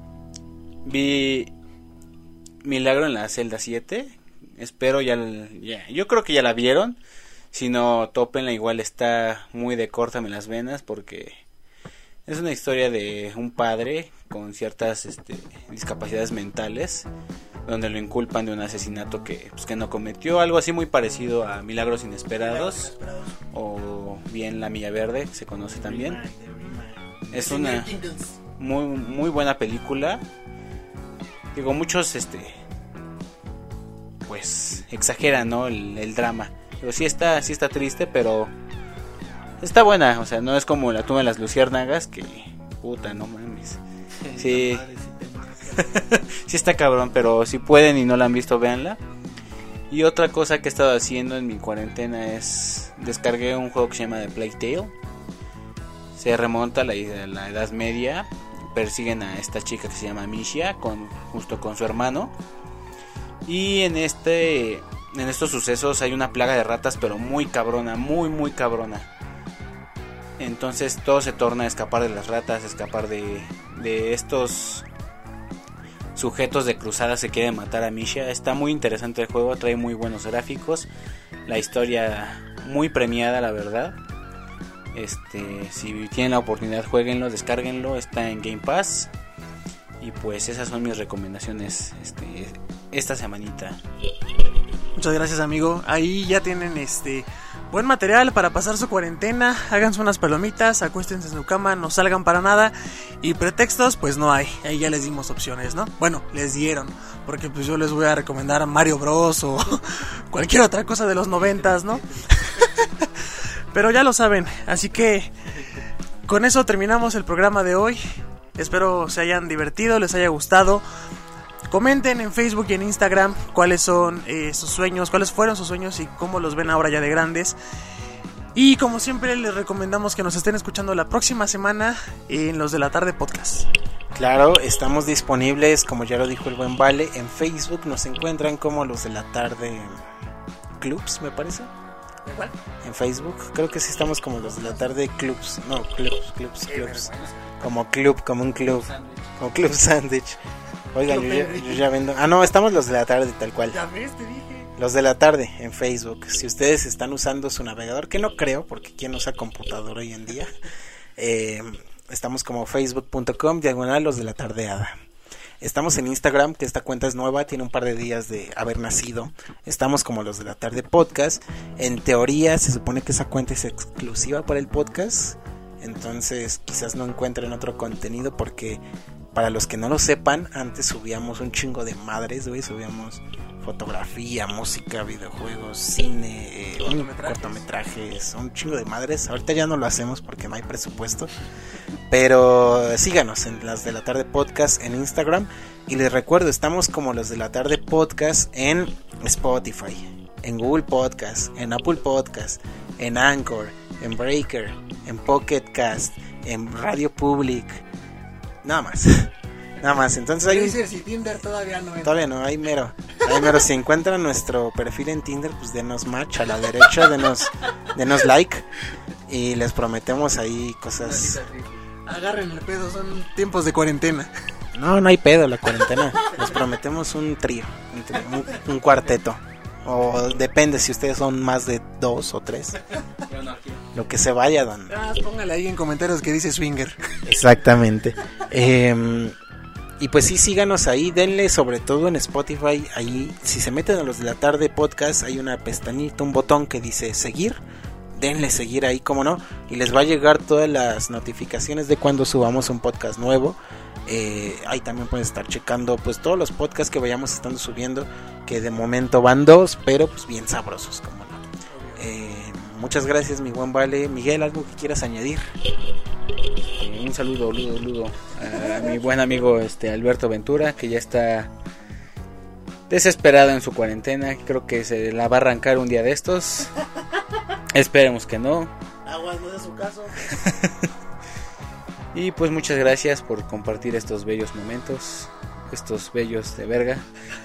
Vi... Milagro en la celda siete. Espero ya, ya... Yo creo que ya la vieron. Si no, tópenla, igual está muy de córtame las venas porque... Es una historia de un padre con ciertas este, discapacidades mentales, donde lo inculpan de un asesinato que, pues, que no cometió, algo así muy parecido a Milagros Inesperados, o bien La Milla Verde, se conoce también. Es una muy muy buena película. Digo, muchos este pues exageran, ¿no? el, el drama. Digo, sí está, sí está triste, pero está buena, o sea, no es como La tumba de las luciérnagas que puta, no mames. Sí. Sí está cabrón, pero si pueden y no la han visto, véanla. Y otra cosa que he estado haciendo en mi cuarentena es descargué un juego que se llama The Plague Tale. Se remonta a la, a la Edad Media. Persiguen a esta chica que se llama Misha con, justo con su hermano. Y en este en estos sucesos hay una plaga de ratas, pero muy cabrona, muy muy cabrona. Entonces todo se torna a escapar de las ratas, escapar de, de estos sujetos de cruzadas que quieren matar a Misha. Está muy interesante el juego, trae muy buenos gráficos, la historia muy premiada, la verdad. Este, si tienen la oportunidad, jueguenlo, descárguenlo, está en Game Pass. Y pues esas son mis recomendaciones este, esta semanita. Muchas gracias, amigo. Ahí ya tienen este buen material para pasar su cuarentena. Háganse unas palomitas, acuéstense en su cama, no salgan para nada. Y pretextos, pues no hay. Ahí ya les dimos opciones, ¿no? Bueno, les dieron. Porque pues yo les voy a recomendar Mario Bros. O cualquier otra cosa de los noventas, ¿no? Pero ya lo saben. Así que con eso terminamos el programa de hoy. Espero se hayan divertido, les haya gustado. Comenten en Facebook y en Instagram cuáles son eh, sus sueños, cuáles fueron sus sueños y cómo los ven ahora ya de grandes. Y como siempre les recomendamos que nos estén escuchando la próxima semana en Los de la Tarde Podcast. Claro, estamos disponibles, como ya lo dijo el buen Vale, en Facebook nos encuentran como Los de la Tarde Clubs, me parece. ¿Cuál? En Facebook, creo que sí estamos como Los de la Tarde Clubs, no, Clubs, Clubs, Clubs, como club, como un club, como Club Sandwich. Oigan, yo ya, yo ya vendo. Ah, no, estamos Los de la Tarde, tal cual. Ya ves, te dije. Los de la Tarde en Facebook. Si ustedes están usando su navegador, que no creo, porque quién usa computadora hoy en día, eh, estamos como facebook punto com diagonal Los de la Tardeada. Estamos en Instagram, que esta cuenta es nueva, tiene un par de días de haber nacido. Estamos como Los de la Tarde Podcast. En teoría se supone que esa cuenta es exclusiva para el podcast, entonces quizás no encuentren otro contenido porque, para los que no lo sepan, antes subíamos un chingo de madres, güey, subíamos fotografía, música, videojuegos, cine, eh, cortometrajes. cortometrajes, un chingo de madres. Ahorita ya no lo hacemos porque no hay presupuesto, pero síganos en Las de la Tarde Podcast en Instagram. Y les recuerdo, estamos como Los de la Tarde Podcast en Spotify, en Google Podcast, en Apple Podcast, en Anchor, en Breaker, en Pocket Cast, en Radio Public. Nada más, nada más. Entonces hay un... si Tinder todavía no entra. Todavía no, hay mero. Hay mero. Si encuentran nuestro perfil en Tinder, pues denos match a la derecha, denos, denos like y les prometemos ahí cosas. Agarren el pedo, son tiempos de cuarentena. No, no hay pedo la cuarentena. Les prometemos un trío, un, trío, un, un cuarteto. O depende si ustedes son más de dos o tres. Lo que se vaya, don. Ah, póngale ahí en comentarios que dice swinger. Exactamente. Eh, y pues sí, síganos ahí, denle sobre todo en Spotify. Ahí, si se meten a Los de la Tarde Podcast, hay una pestañita, un botón que dice seguir. Denle seguir ahí, como no. Y les va a llegar todas las notificaciones de cuando subamos un podcast nuevo. Eh, ahí también pueden estar checando pues todos los podcasts que vayamos estando subiendo, que de momento van dos, pero pues bien sabrosos, como no. Eh, muchas gracias, mi buen Vale. Miguel, ¿algo que quieras añadir? Eh, un saludo, ludo, ludo a mi buen amigo este Alberto Ventura, que ya está desesperado en su cuarentena. Creo que se la va a arrancar un día de estos. Esperemos que no. Aguas, no es su caso. Y pues muchas gracias por compartir estos bellos momentos, estos bellos de verga.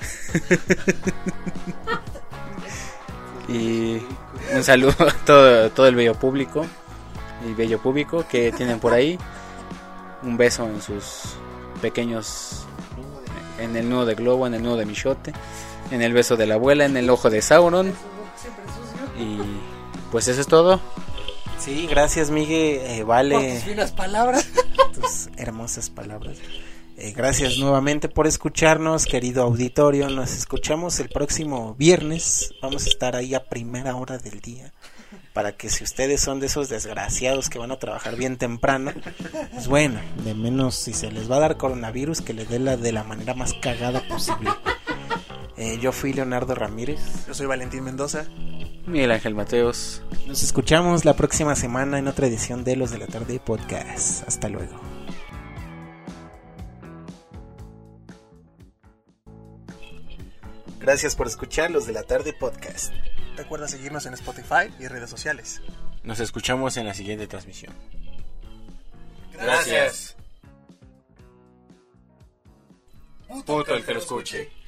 Y un saludo a todo, todo el bello público y bello público que tienen por ahí. Un beso en sus pequeños, en el nudo de globo, en el nudo de michote, en el beso de la abuela, en el ojo de Sauron. Y pues eso es todo. Sí, gracias, Miguel. Eh, vale. Por tus finas palabras. Tus hermosas palabras. Eh, gracias nuevamente por escucharnos, querido auditorio. Nos escuchamos el próximo viernes. Vamos a estar ahí a primera hora del día. Para que si ustedes son de esos desgraciados que van a trabajar bien temprano, pues bueno, de menos si se les va a dar coronavirus, que les dé la de la manera más cagada posible. Eh, yo fui Leonardo Ramírez. Yo soy Valentín Mendoza. Miguel Ángel Mateos. Nos escuchamos la próxima semana en otra edición de Los de la Tarde Podcast. Hasta luego. Gracias por escuchar Los de la Tarde Podcast. Recuerda seguirnos en Spotify y redes sociales. Nos escuchamos en la siguiente transmisión. Gracias. Puto el que lo escuche.